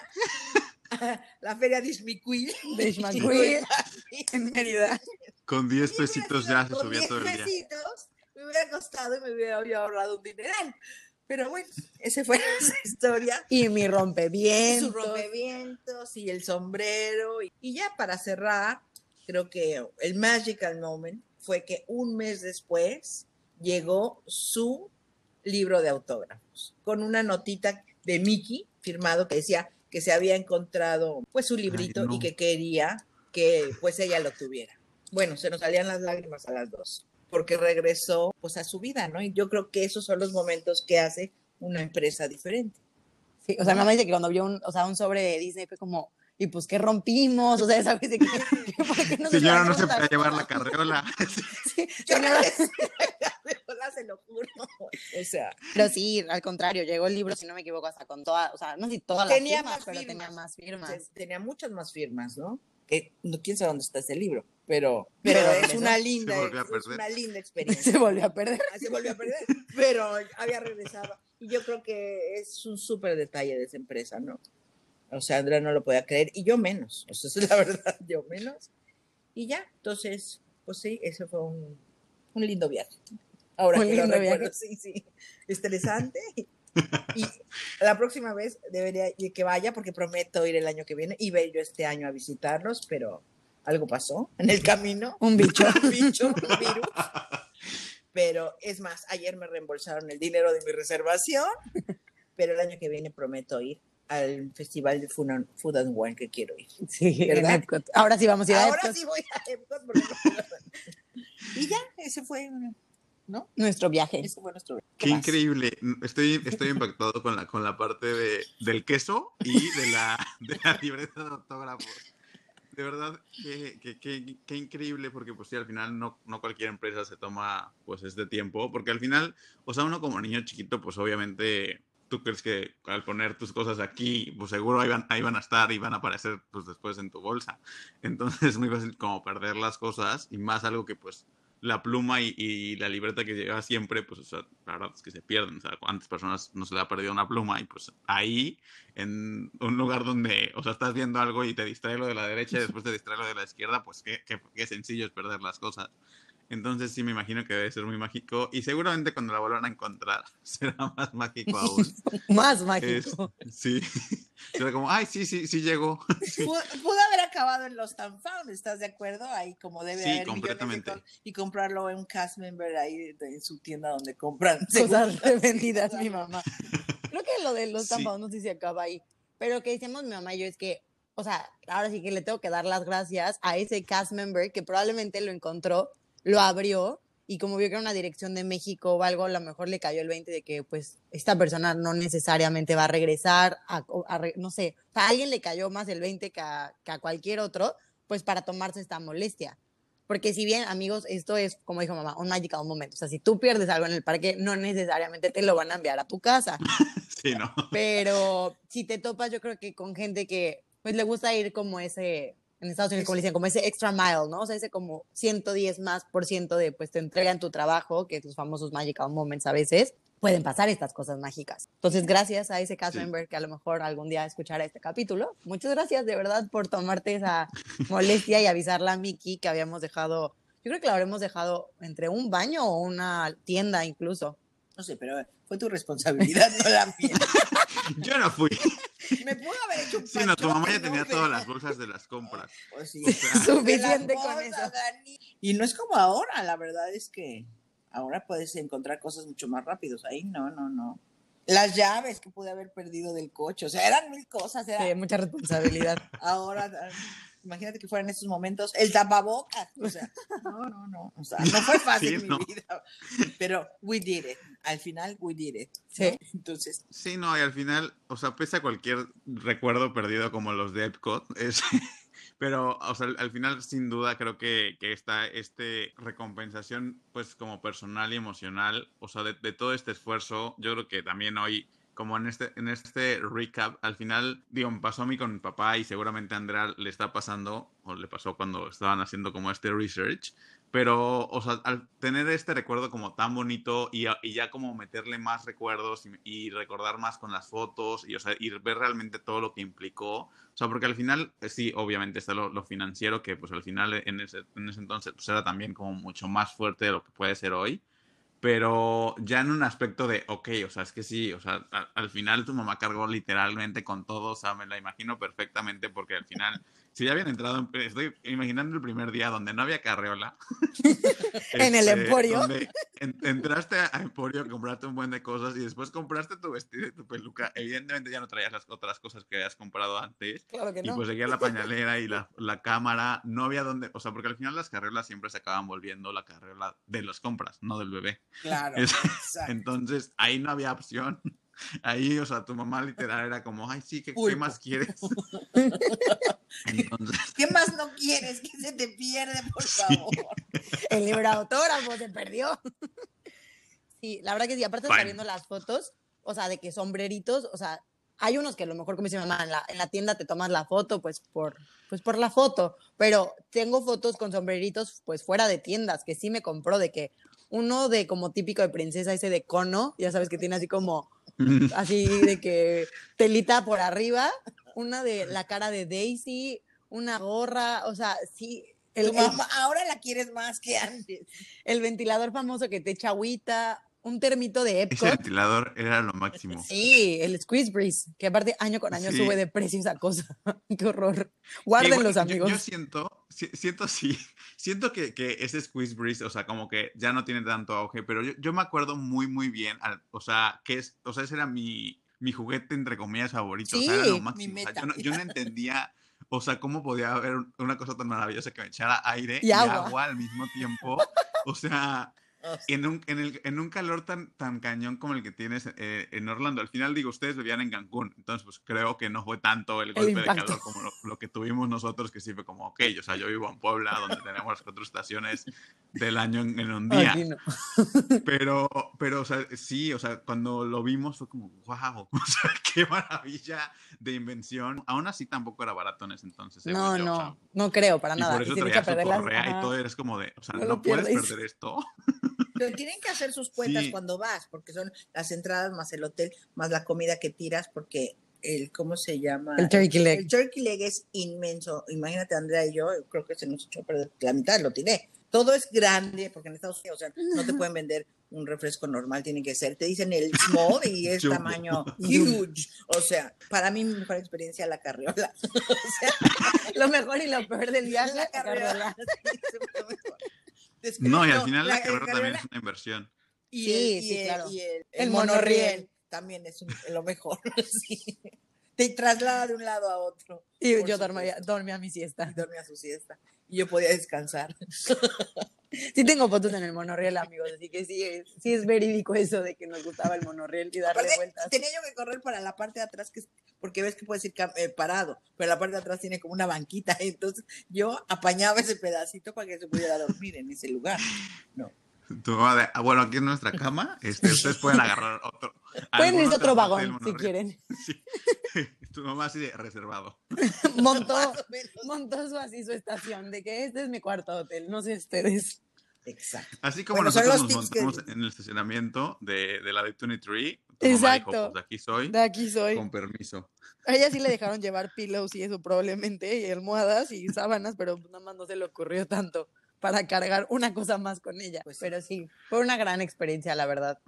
la feria de Ismiquil, de Ismiquil, en Mérida. Con diez pesitos ya se subía todo el día. Con diez pesitos me hubiera costado y me hubiera ahorrado un dineral. Pero bueno, esa fue esa historia. Y mi rompevientos. Su rompevientos y el sombrero. Y, y ya para cerrar, creo que el magical moment fue que un mes después llegó su libro de autógrafos, con una notita de Mickey firmado que decía que se había encontrado pues su librito. Ay, no. Y que quería que pues ella lo tuviera. Bueno, se nos salían las lágrimas a las dos, porque regresó pues a su vida, ¿no? Y yo creo que esos son los momentos que hace una empresa diferente. Sí, o sea, mi mamá dice que cuando vio un, o sea, un sobre de Disney fue como, y pues, ¿qué rompimos? O sea, ¿sabes? De que, ¿por qué no señora, no se puede llevar la carreola. Sí, señora, la carreola, se lo juro. O sea. Pero sí, al contrario, llegó el libro, si no me equivoco, hasta con toda, o sea, no sé si todas las tenía firmas, más pero firmas, tenía más firmas. Tenía muchas más firmas, ¿no? Que no quién sabe dónde está ese libro, pero, pero, pero es una linda, es una linda experiencia. Se volvió a perder. Se volvió a perder, pero había regresado. Y yo creo que es un súper detalle de esa empresa, ¿no? O sea, Andrea no lo podía creer, y yo menos. O sea, es la verdad, yo menos. Y ya, entonces, pues sí, ese fue un, un lindo viaje. Ahora un que lo recuerdo, viaje. sí, sí. Estresante. Y la próxima vez debería que vaya, porque prometo ir el año que viene. Iba yo este año a visitarlos, pero algo pasó en el camino. Un bicho. Un bicho, un virus. Pero es más, ayer me reembolsaron el dinero de mi reservación, pero el año que viene prometo ir al festival de Food and, Food and Wine que quiero ir. Sí, ¿verdad? En Epcot. Ahora sí vamos a ir a Ahora Epcot. sí voy a Epcot. Porque no... Y ya, ese fue, ¿no? Nuestro viaje. Ese fue nuestro viaje. Qué, Qué increíble. Estoy, estoy impactado con la, con la parte de, del queso y de la, de la libreta de autógrafos. De verdad, qué, qué, qué, qué increíble, porque pues sí, al final no, no cualquier empresa se toma pues este tiempo, porque al final, o sea, uno como niño chiquito, pues obviamente tú crees que al poner tus cosas aquí, pues seguro ahí van, ahí van a estar y van a aparecer pues después en tu bolsa. Entonces es muy fácil como perder las cosas, y más algo que pues la pluma y, y la libreta que lleva siempre, pues o sea, la verdad es que se pierden. O sea, cuántas personas no se le ha perdido una pluma, y pues ahí, en un lugar donde, o sea, estás viendo algo y te distrae lo de la derecha y después te distrae lo de la izquierda, pues qué, qué, qué sencillo es perder las cosas. Entonces sí me imagino que debe ser muy mágico, y seguramente cuando la vuelvan a encontrar será más mágico aún. Más mágico. Es, sí. Será como, ay, sí, sí, sí llegó. Sí. Pudo, pudo haber acabado en Lost and Found, ¿estás de acuerdo? Ahí como debe sí, haber completamente. Millones de, y comprarlo en un cast member ahí en su tienda donde compran cosas revendidas, mi mamá. Creo que lo de Lost and Sí. Found no sé si acaba ahí, pero lo que decíamos mi mamá y yo es que, o sea, ahora sí que le tengo que dar las gracias a ese cast member que probablemente lo encontró, lo abrió, y como vio que era una dirección de México o algo, a lo mejor le cayó el veinte de que pues esta persona no necesariamente va a regresar, a, a, no sé, o sea, a alguien le cayó más el veinte que a, que a cualquier otro, pues para tomarse esta molestia. Porque si bien, amigos, esto es, como dijo mamá, un magical moment. O sea, si tú pierdes algo en el parque, no necesariamente te lo van a enviar a tu casa. Sí, ¿no? Pero si te topas, yo creo que con gente que pues le gusta ir como ese... En Estados Unidos, como le dicen, como ese extra mile, ¿no? O sea, ese como ciento diez más por ciento de, pues, te entregan tu trabajo, que es los famosos magical moments a veces, pueden pasar estas cosas mágicas. Entonces, gracias a ese cast sí. member que a lo mejor algún día escuchará este capítulo. Muchas gracias, de verdad, por tomarte esa molestia y avisarle a Miki que habíamos dejado, yo creo que la habremos dejado entre un baño o una tienda incluso. No sé, pero fue tu responsabilidad, no la mía. Yo no fui. Me pudo haber hecho un Sí, no, tu mamá ya tenía todas las bolsas de las compras. Pues sí, o sea, suficiente bolsas, con eso. Dani. Y no es como ahora, la verdad es que ahora puedes encontrar cosas mucho más rápidos. Ahí no, no, no. Las llaves que pude haber perdido del coche, o sea, eran mil cosas. Era... Sí, mucha responsabilidad. Ahora, imagínate que fueran estos momentos, el tapabocas, o sea, no, no, no, o sea, no fue fácil sí, mi no. vida, pero we did it, al final we did it, sí. ¿no? Entonces. Sí, no, y al final, o sea, pese a cualquier recuerdo perdido como los de Epcot, es... Pero, o sea, al, al final, sin duda, creo que, que está este recompensación, pues, como personal y emocional, o sea, de, de todo este esfuerzo. Yo creo que también hoy, como en este, en este recap, al final, digo, me pasó a mí con mi papá y seguramente a Andrea le está pasando, o le pasó cuando estaban haciendo como este research, pero, o sea, al tener este recuerdo como tan bonito y, y ya como meterle más recuerdos y, y recordar más con las fotos y, o sea, y ver realmente todo lo que implicó, o sea, porque al final, sí, obviamente está lo, lo financiero, que pues al final en ese, en ese entonces pues era también como mucho más fuerte de lo que puede ser hoy, pero ya en un aspecto de, ok, o sea, es que sí, o sea, a, al final tu mamá cargó literalmente con todo, o sea, me la imagino perfectamente porque al final si ya habían entrado, en- estoy imaginando el primer día donde no había carriola. En el Este, Emporio. donde en- entraste a Emporio, compraste un buen de cosas y después compraste tu vestido y tu peluca. Evidentemente ya no traías las otras cosas que habías comprado antes. Claro que Y no. pues seguía la pañalera y la, la cámara. No había donde, o sea, porque al final las carriolas siempre se acaban volviendo la carriola de las compras, no del bebé. Claro, Es- exacto. entonces ahí no había opción. Ahí, o sea, tu mamá literal era como, ay, sí, ¿qué, qué Pulpo. más quieres? Entonces, ¿Qué más no quieres que se te pierde, por Sí. favor? El libro de autógrafo se perdió. Sí, la verdad que sí, aparte de Bueno. estar viendo las fotos, o sea, de que sombreritos, o sea, hay unos que a lo mejor, como dice mi mamá, en la, en la tienda te tomas la foto, pues por, pues por la foto, pero tengo fotos con sombreritos, pues fuera de tiendas, que sí me compró, de que uno de como típico de princesa, ese de cono, ya sabes que tiene así como, así de que telita por arriba, una de la cara de Daisy, una gorra, o sea, sí. El, Tu el- mamá ahora la quieres más que antes. el ventilador famoso que te echa agüita, un termito de ese Epcot. ventilador era lo máximo. Sí, el Squeeze Breeze, que aparte año con año Sí. sube de precio esa cosa. Qué horror. Sí, Guárdenlos, bueno, yo, amigos. yo siento, si- siento sí, siento que, que ese Squeeze Breeze, o sea, como que ya no tiene tanto auge, pero yo, yo me acuerdo muy, muy bien, al- o sea, que es, o sea, ese era mi, mi juguete, entre comillas, favorito, o sea, era lo Sí, máximo, mi o sea, meta. yo no, yo no entendía, o sea, cómo podía haber una cosa tan maravillosa que me echara aire Y y agua. agua al mismo tiempo, o sea, O sea, en un, en, el, en un calor tan, tan cañón como el que tienes eh, en Orlando. Al final, digo, ustedes vivían en Cancún, entonces pues creo que no fue tanto el El golpe de impacto. calor como lo, lo que tuvimos nosotros, que sí fue como, ok, o sea, yo vivo en Puebla, donde tenemos las cuatro estaciones del año en, en un día. Aquí no. Pero, pero, o sea, sí, o sea, cuando lo vimos fue como, wow, o sea, qué maravilla de invención. Aún así tampoco era barato en ese entonces, según No, yo, no, o sea, no creo para y nada. por Y eso si le echa traía a su perder las... correa y Ajá, todo, eres como de, o sea, no no, lo puedes pierdes. perder esto. pero tienen que hacer sus cuentas Sí. cuando vas, porque son las entradas más el hotel, más la comida que tiras, porque el, ¿cómo se llama? El turkey leg. El turkey leg es inmenso. Imagínate, Andrea y yo, yo creo que se nos echó a perder la mitad, lo tiré. Todo es grande, porque en Estados Unidos, o sea, no te pueden vender un refresco normal, tiene que ser, te dicen el small y es Jumbo. tamaño huge. O sea, para mí mi mejor experiencia la carriola. O sea, Lo mejor y lo peor del viaje, la la carriola. carriola. Sí, se fue mejor. Es que No, y al no, final la, la- carrera también carriola es una inversión. y Sí, el, y sí, el, claro. y el, el El monorriel monorriel. también es un- lo mejor. Sí. Te traslada de un lado a otro. Y por yo dormía, supuesto. dormía mi Y siesta. dormía su siesta. Y yo podía descansar. Sí tengo fotos en el monorriel, amigos, así que sí es, sí es verídico eso de que nos gustaba el monorriel y darle Aparte, vueltas. tenía yo que correr para la parte de atrás, que es- porque ves que puedes ir cam- eh, parado, pero la parte de atrás tiene como una banquita. Entonces yo apañaba ese pedacito para que se pudiera dormir en ese lugar. No. Tu mamá de, ah, bueno, aquí en nuestra cama, este, ustedes pueden agarrar otro. Pueden alguna irse a otra otro parte del vagón si monorriel. quieren. Sí. Tu mamá así de reservado. Montó, Más o menos. montó su, así su estación de que este es mi cuarto de hotel, no sé ustedes. Exacto. Así como Bueno, son nosotros los nos tips que- montamos en el estacionamiento de, de la de veintitrés, tu mamá dijo, Exacto. pues aquí soy, De aquí soy. con permiso. A ella sí le dejaron llevar pillows y eso probablemente, y almohadas y sábanas, pero nada más no se le ocurrió tanto para cargar una cosa más con ella. Pues sí. Pero sí, fue una gran experiencia, la verdad.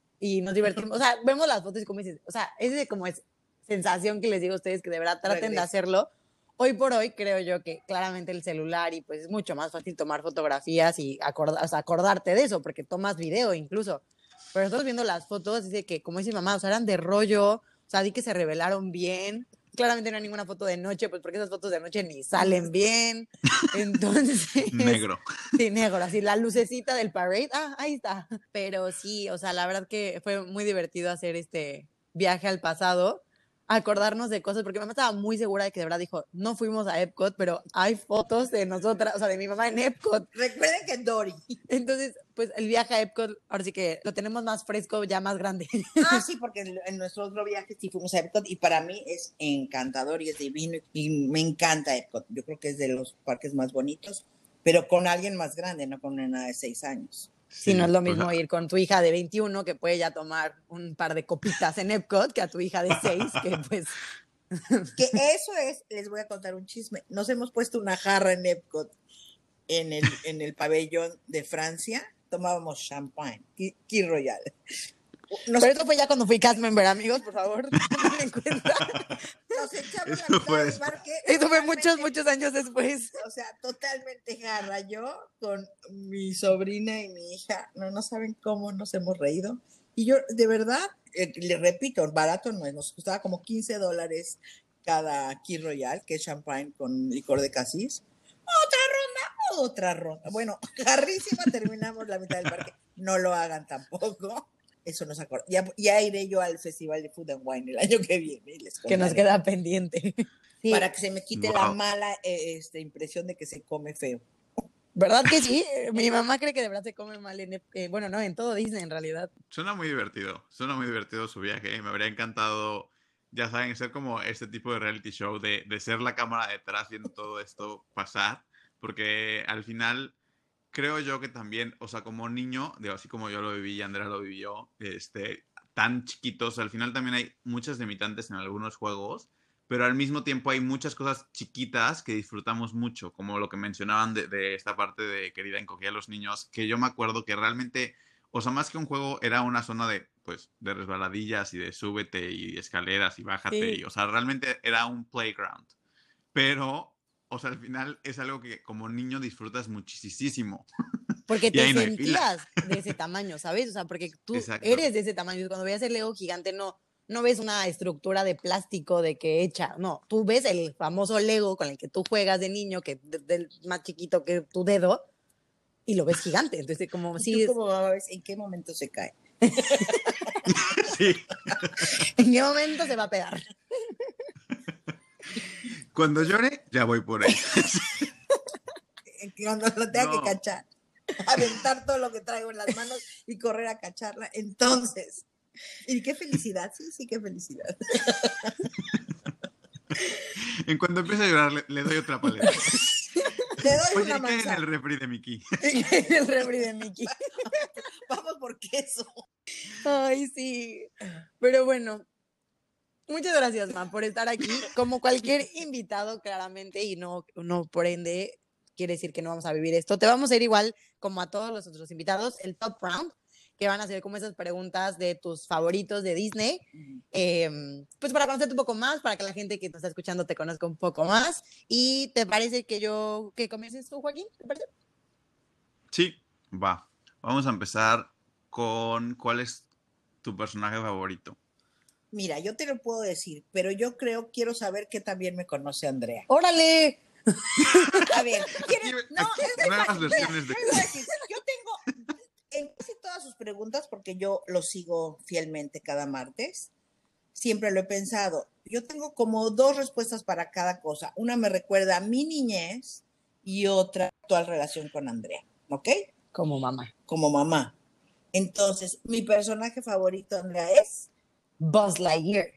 Y nos divertimos. O sea, vemos las fotos y como dices, o sea, es de como es sensación que les digo a ustedes que de verdad traten de Regresa. hacerlo. Hoy por hoy creo yo que claramente el celular y pues es mucho más fácil tomar fotografías y acordar, o sea, acordarte de eso, porque tomas video incluso. Pero nosotros viendo las fotos, dice que, como dice mi mamá, o sea, eran de rollo, o sea, di que se revelaron bien. Claramente no hay ninguna foto de noche, pues porque esas fotos de noche ni salen bien. Entonces. Negro. Sí, negro, así la lucecita del parade, ah, ahí está. Pero sí, o sea, la verdad que fue muy divertido hacer este viaje al pasado, acordarnos de cosas, porque mi mamá estaba muy segura de que de verdad dijo, no fuimos a Epcot, pero hay fotos de nosotras, o sea, de mi mamá en Epcot. Recuerden que Dory. Entonces, pues el viaje a Epcot, ahora sí que lo tenemos más fresco, ya más grande. Ah, sí, porque en, en nuestro otro viaje sí fuimos a Epcot y para mí es encantador y es divino y me encanta Epcot. Yo creo que es de los parques más bonitos, pero con alguien más grande, no con una nena de seis años. Sí, no es lo pues, mismo ir con tu hija de veintiuno, que puede ya tomar un par de copitas en Epcot, que a tu hija de seis, que pues... Que eso es, les voy a contar un chisme. Nos hemos puesto una jarra en Epcot, en el, en el pabellón de Francia, tomábamos champagne, Key Royal. Nos, Pero eso fue ya cuando fui cast member, amigos, por favor, tomen en cuenta. nos echamos Eso la fue mitad del después. parque. Eso fue muchos, totalmente- muchos años después. O sea, totalmente jarra. Yo con mi sobrina y mi hija, no, no saben cómo nos hemos reído. Y yo, de verdad, eh, le repito, barato no es, nos costaba como quince dólares cada Key Royal, que es champagne con licor de casis. Otra ronda, otra ronda. Bueno, jarrísima, terminamos la mitad del parque. No lo hagan tampoco. Eso nos acuerda. Ya, ya iré yo al Festival de Food and Wine el año que viene y les Que nos contaré. queda pendiente. Sí, Para que se me quite la Wow. mala eh, este, impresión de que se come feo. ¿verdad que sí? Mi mamá cree que de verdad se come mal en, eh, bueno, no, en todo Disney en realidad. Suena muy divertido, suena muy divertido su viaje. Me habría encantado, ya saben, ser como este tipo de reality show, de, de ser la cámara detrás viendo todo esto pasar, porque al final creo yo que también, o sea, como niño, digo, así como yo lo viví y Andrea lo vivió, este, tan chiquitos, al final también hay muchas limitantes en algunos juegos, pero al mismo tiempo hay muchas cosas chiquitas que disfrutamos mucho, como lo que mencionaban de, de esta parte de Querida encogía a los niños, que yo me acuerdo que realmente, o sea, más que un juego, era una zona de, pues, de resbaladillas y de súbete y escaleras y bájate, Sí. y, o sea, realmente era un playground, pero, o sea, al final es algo que como niño disfrutas muchísimo. Porque Y te ahí no hay fila. sentías de ese tamaño, ¿sabes? O sea, porque tú Exacto. eres de ese tamaño. Y cuando veías el Lego gigante, no, no ves una estructura de plástico de que hecha. No, tú ves el famoso Lego con el que tú juegas de niño, que de- del más chiquito que tu dedo, y lo ves gigante. Entonces, como ¿Y si, tú es- cómo sabes en qué momento se cae? Sí. ¿en qué momento se va a pegar? Cuando llore, ya voy por ahí. Eh, Cuando lo tenga No. que cachar. Aventar todo lo que traigo en las manos y correr a cacharla. Entonces, y qué felicidad, sí, sí, qué felicidad. En cuanto empiece a llorar, le, le doy otra paleta. Te doy Oye, una ¿y qué hay en manzana. el refri de Mickey? El refri de Mickey. Vamos por queso. Ay, sí. Pero bueno, muchas gracias, Ma, por estar aquí. Como cualquier invitado, claramente, y no, no por ende quiere decir que no vamos a vivir esto. Te vamos a ir igual como a todos los otros invitados, el top round, que van a ser como esas preguntas de tus favoritos de Disney, eh, pues para conocerte un poco más, para que la gente que te está escuchando te conozca un poco más. ¿Y te parece que yo, que comiences tú, Joaquín? ¿Te parece? Sí, va. Vamos a empezar con ¿cuál es tu personaje favorito? Mira, yo te lo puedo decir, pero yo creo, quiero saber qué también me conoce Andrea. ¡Órale! A ver, ¿quieres? Aquí- No, aquí es muy nuevas fácil. Mira, versiones de- te voy a decir, yo tengo en casi todas sus preguntas, porque yo lo sigo fielmente cada martes, siempre lo he pensado. Yo tengo como dos respuestas para cada cosa. Una me recuerda a mi niñez y otra actual relación con Andrea, ¿ok? Como mamá. Como mamá. Entonces, mi personaje favorito, Andrea, es... Buzz Lightyear.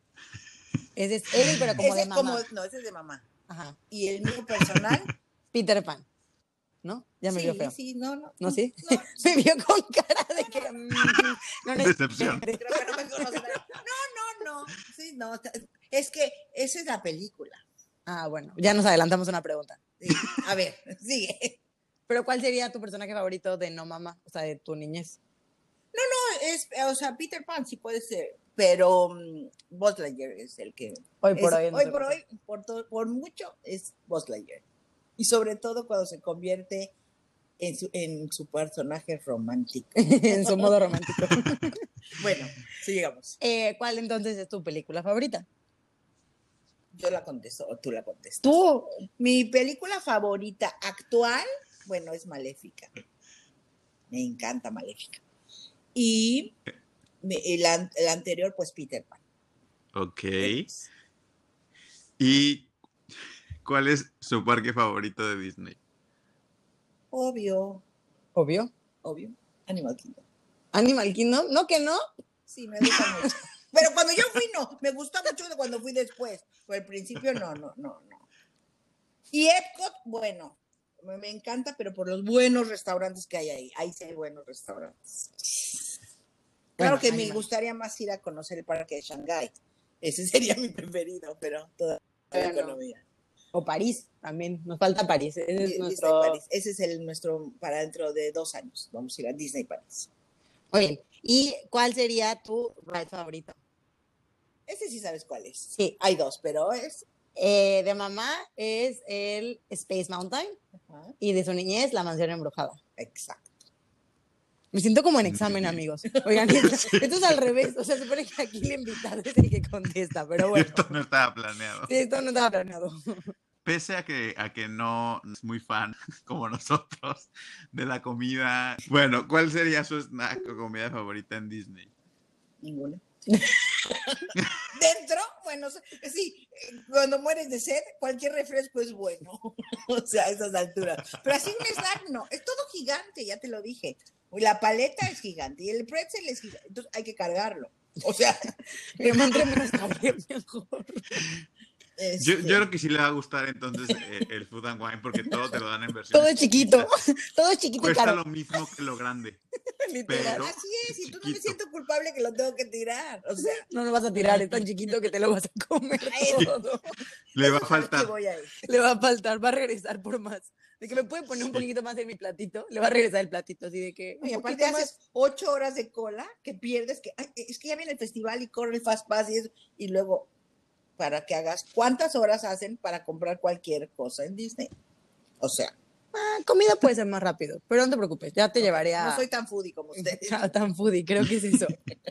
Ese es él, pero como ese de mamá. como, no, ese es de mamá. Ajá. Y el mío personal... Peter Pan. ¿No? Ya me sí, vio feo. sí, no, no. ¿No, sí? No, Me vio con cara de que... mm, no Decepción. creo que no me conoce. No, no, no. Sí, no. Es que esa es la película. Ah, bueno, ya nos adelantamos una pregunta. Sí. A ver, sigue. Pero ¿cuál sería tu personaje favorito de no mamá? O sea, de tu niñez. No, es, o sea, Peter Pan sí puede ser, pero um, Buzz Lightyear es el que... Hoy por es, hoy. no hoy sé por qué. hoy, por, to, por mucho, es Buzz Lightyear. Y sobre todo cuando se convierte en su, en su personaje romántico. En su modo romántico. Bueno, sigamos. Eh, ¿Cuál entonces es tu película favorita? Yo la contesto o tú la contestas. Tú. Mi película favorita actual, bueno, es Maléfica. Me encanta Maléfica. Y el, el anterior, pues Peter Pan. Ok. ¿Y cuál es su parque favorito de Disney? Obvio, Obvio. obvio. Animal Kingdom. Animal Kingdom. ¿No que no? Sí, me gusta mucho. Pero cuando yo fui, no. Me gustó mucho de cuando fui después. Pero al principio, no, no, no, no. Y Epcot, bueno, me, me encanta, pero por los buenos restaurantes que hay ahí. Ahí sí hay buenos restaurantes. Claro Bueno, que Animal. me gustaría más ir a conocer el parque de Shanghái. Ese sería mi preferido, pero toda la Bueno. economía. O París también. Nos falta París. Ese es Disney nuestro... París. Ese es el nuestro para dentro de dos años. Vamos a ir a Disney París. Oye, ¿Y cuál sería tu ride favorito? Ese sí sabes cuál es. Sí. Hay dos, pero es... Eh, de mamá es el Space Mountain Ajá. y de su niñez la mansión embrujada. Exacto. Me siento como en examen, amigos. Oigan, esto, esto es al revés. O sea, se supone que aquí el invitado es el que contesta, pero bueno. Esto no estaba planeado. Sí, esto no estaba planeado. Pese a que, a que no es muy fan, como nosotros, de la comida. Bueno, ¿cuál sería su snack o comida favorita en Disney? Ninguna. Dentro, bueno, sí, cuando mueres de sed, cualquier refresco es bueno. O sea, a esas alturas. Pero así un snack no, es todo gigante, ya te lo dije. La paleta es gigante y el pretzel es gigante, entonces hay que cargarlo. O sea, pero entre menos café, mejor. Este... Yo, yo creo que sí le va a gustar entonces eh, el Food and Wine porque todo te lo dan en versión. Todo es chiquito, todo es chiquito y cuesta caro. lo mismo que lo grande. Literal. Así es, y tú no me siento culpable que lo tengo que tirar. O sea, no lo vas a tirar, es tan chiquito que te lo vas a comer todo. Le va a faltar. Le va a faltar, va a regresar por más. De que me puede poner un poquito más en mi platito, le va a regresar el platito, así de que. Y aparte haces más... ocho horas de cola que pierdes, que ay, es que ya viene el festival y corre el Fast Pass y eso, y luego para que hagas cuántas horas hacen para comprar cualquier cosa en Disney. O sea. Ah, comida puede ser más rápido, pero no te preocupes, ya te no, llevaré a... No soy tan foodie como ustedes. Tan foodie, creo que es eso.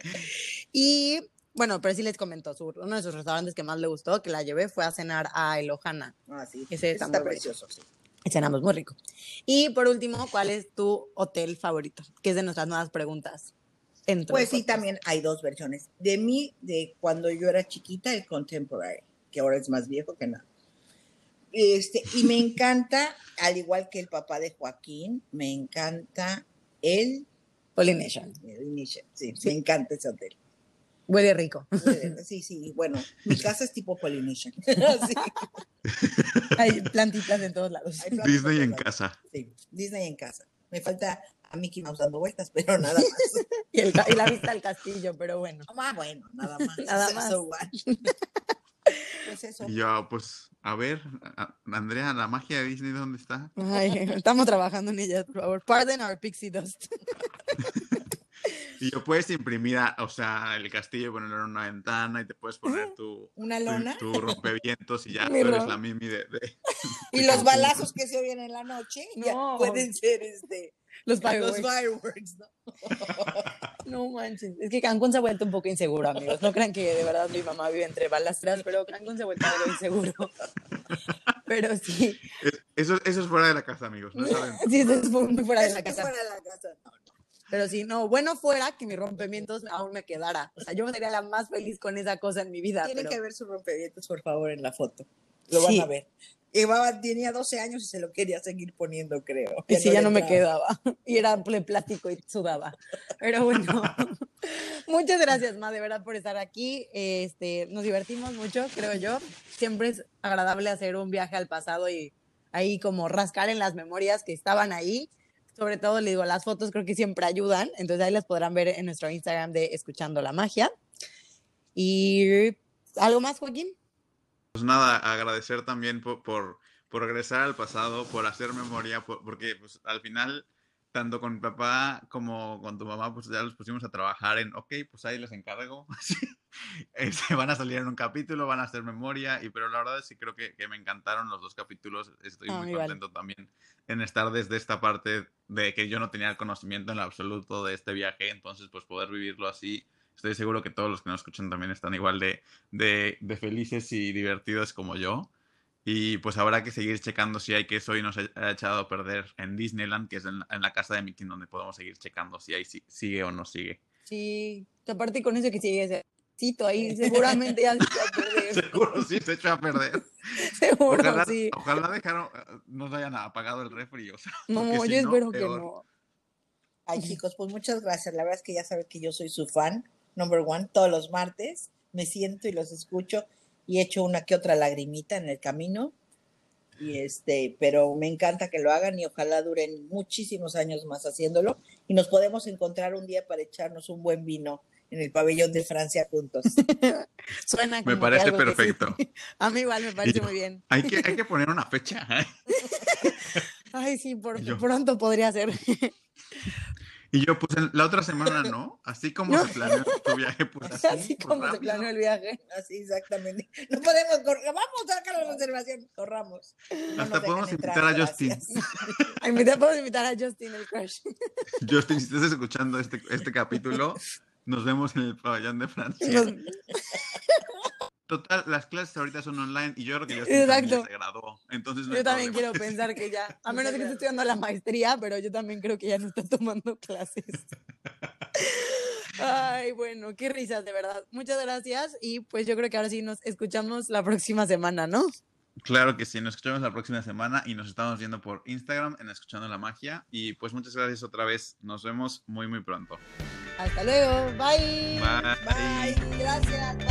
Y bueno, pero sí les comentó, su, uno de sus restaurantes que más le gustó, que la llevé, fue a cenar a El Ohana. Ah, sí. Ese está, está precioso, sí. Y cenamos muy rico. Y por último, ¿cuál es tu hotel favorito? Que es de nuestras nuevas preguntas. Pues sí, también hay dos versiones. De mí, de cuando yo era chiquita, el Contemporary, que ahora es más viejo que nada. Este, y me encanta, al igual que el papá de Joaquín, me encanta el Polynesian. Polynesian, sí, sí, me encanta ese hotel. Huele rico. Sí, sí, bueno, mi casa es tipo Polynesian. Sí. Hay plantitas en todos lados. Disney en lados. casa. Sí, Disney en casa. Me falta a Mickey Mouse dando vueltas, pero nada más. y, el, y la vista al castillo, pero bueno. Ah, bueno, nada más. Nada más. So pues eso. Y yo, pues, a ver, a, Andrea, la magia de Disney, ¿dónde está? Ay, estamos trabajando en ella, por favor. Pardon our pixie dust. Y yo puedes imprimir, a, o sea, el castillo, ponerlo en una ventana y te puedes poner tu, ¿Una lona? tu, tu rompevientos y ya Mi tú eres ro- la Mimi de... de y de los Cancún. balazos que se oyen en la noche No. ya pueden ser este, Los fireworks. los fireworks, ¿no? No manches. Es que Cancún se ha vuelto un poco inseguro, amigos. No crean que de verdad mi mamá vive entre balastras, pero Cancún se ha vuelto algo inseguro. Pero sí. Eso, eso es fuera de la casa, amigos. No saben. Sí, eso es muy fuera de Eso la que casa. fuera de la casa. No, no. Pero sí, no, bueno fuera que mi rompimientos aún me quedara. O sea, yo sería la más feliz con esa cosa en mi vida. Tienen pero... que ver su rompevientos, por favor, en la foto. Lo van Sí. a ver. Llevaba, tenía doce años y se lo quería seguir poniendo, creo. Y sí, ya no me entraba. quedaba. Y era de plástico y sudaba. Pero bueno, muchas gracias, Ma, de verdad, por estar aquí. Este, nos divertimos mucho, creo yo. Siempre es agradable hacer un viaje al pasado y ahí como rascar en las memorias que estaban ahí. Sobre todo, le digo, las fotos creo que siempre ayudan. Entonces ahí las podrán ver en nuestro Instagram de Escuchando la Magia. Y ¿algo más, Joaquín? Pues nada, agradecer también por, por, por regresar al pasado, por hacer memoria, por, porque pues al final, tanto con mi papá como con tu mamá, pues ya los pusimos a trabajar en, ok, pues ahí les encargo. este, van a salir en un capítulo, van a hacer memoria, y pero la verdad es que creo que, que me encantaron los dos capítulos. Estoy Ah, muy igual. contento también en estar desde esta parte de que yo no tenía el conocimiento en lo absoluto de este viaje, entonces pues poder vivirlo así. Estoy seguro que todos los que nos escuchan también están igual de, de, de felices y divertidos como yo. Y pues habrá que seguir checando si hay queso y nos ha echado a perder en Disneyland, que es en, en la casa de Mickey, donde podemos seguir checando si ahí si, sigue o no sigue. Sí, aparte con eso que sigue ese cito ahí, seguramente ya se echó a perder. Seguro sí se echó a perder. Seguro, Ojalá, sí. ojalá dejaron, no hayan apagado el refri. O sea, No, porque yo si espero que peor. no. Ay, chicos, pues muchas gracias. La verdad es que ya saben que yo soy su fan, number one, todos los martes. Me siento y los escucho y echo una que otra lagrimita en el camino. Y este, pero me encanta que lo hagan y ojalá duren muchísimos años más haciéndolo. Y nos podemos encontrar un día para echarnos un buen vino en el pabellón de Francia juntos. Suena como Me parece que algo que perfecto. sí. A mí igual me parece Y- muy bien. Hay que, hay que poner una fecha. ¿eh? Ay, sí, por, Yo. pronto podría ser. Y yo, pues en la otra semana, ¿no? Así como No. se planeó tu viaje, pues así. Así pues, como se rápido. planeó el viaje. Así exactamente. No podemos correr. Vamos a sacar la reservación. Corramos. No Hasta nos podemos dejan invitar entrar, a Justin. gracias. A invitar, podemos invitar a Justin, el crush. Justin, si estás escuchando este, este capítulo, nos vemos en el pabellón de Francia. Nos- Total, las clases ahorita son online y yo creo que Justin Exacto. también ya se graduó. Entonces no hay Yo también problema. quiero pensar que ya, a menos de que esté estudiando la maestría, pero yo también creo que ya no está tomando clases. Ay, bueno, qué risas, de verdad. Muchas gracias y pues yo creo que ahora sí nos escuchamos la próxima semana, ¿no? Claro que sí, nos escuchamos la próxima semana y nos estamos viendo por Instagram en Escuchando la Magia. Y pues muchas gracias otra vez. Nos vemos muy, muy pronto. Hasta luego. Bye. Bye. Bye. Gracias.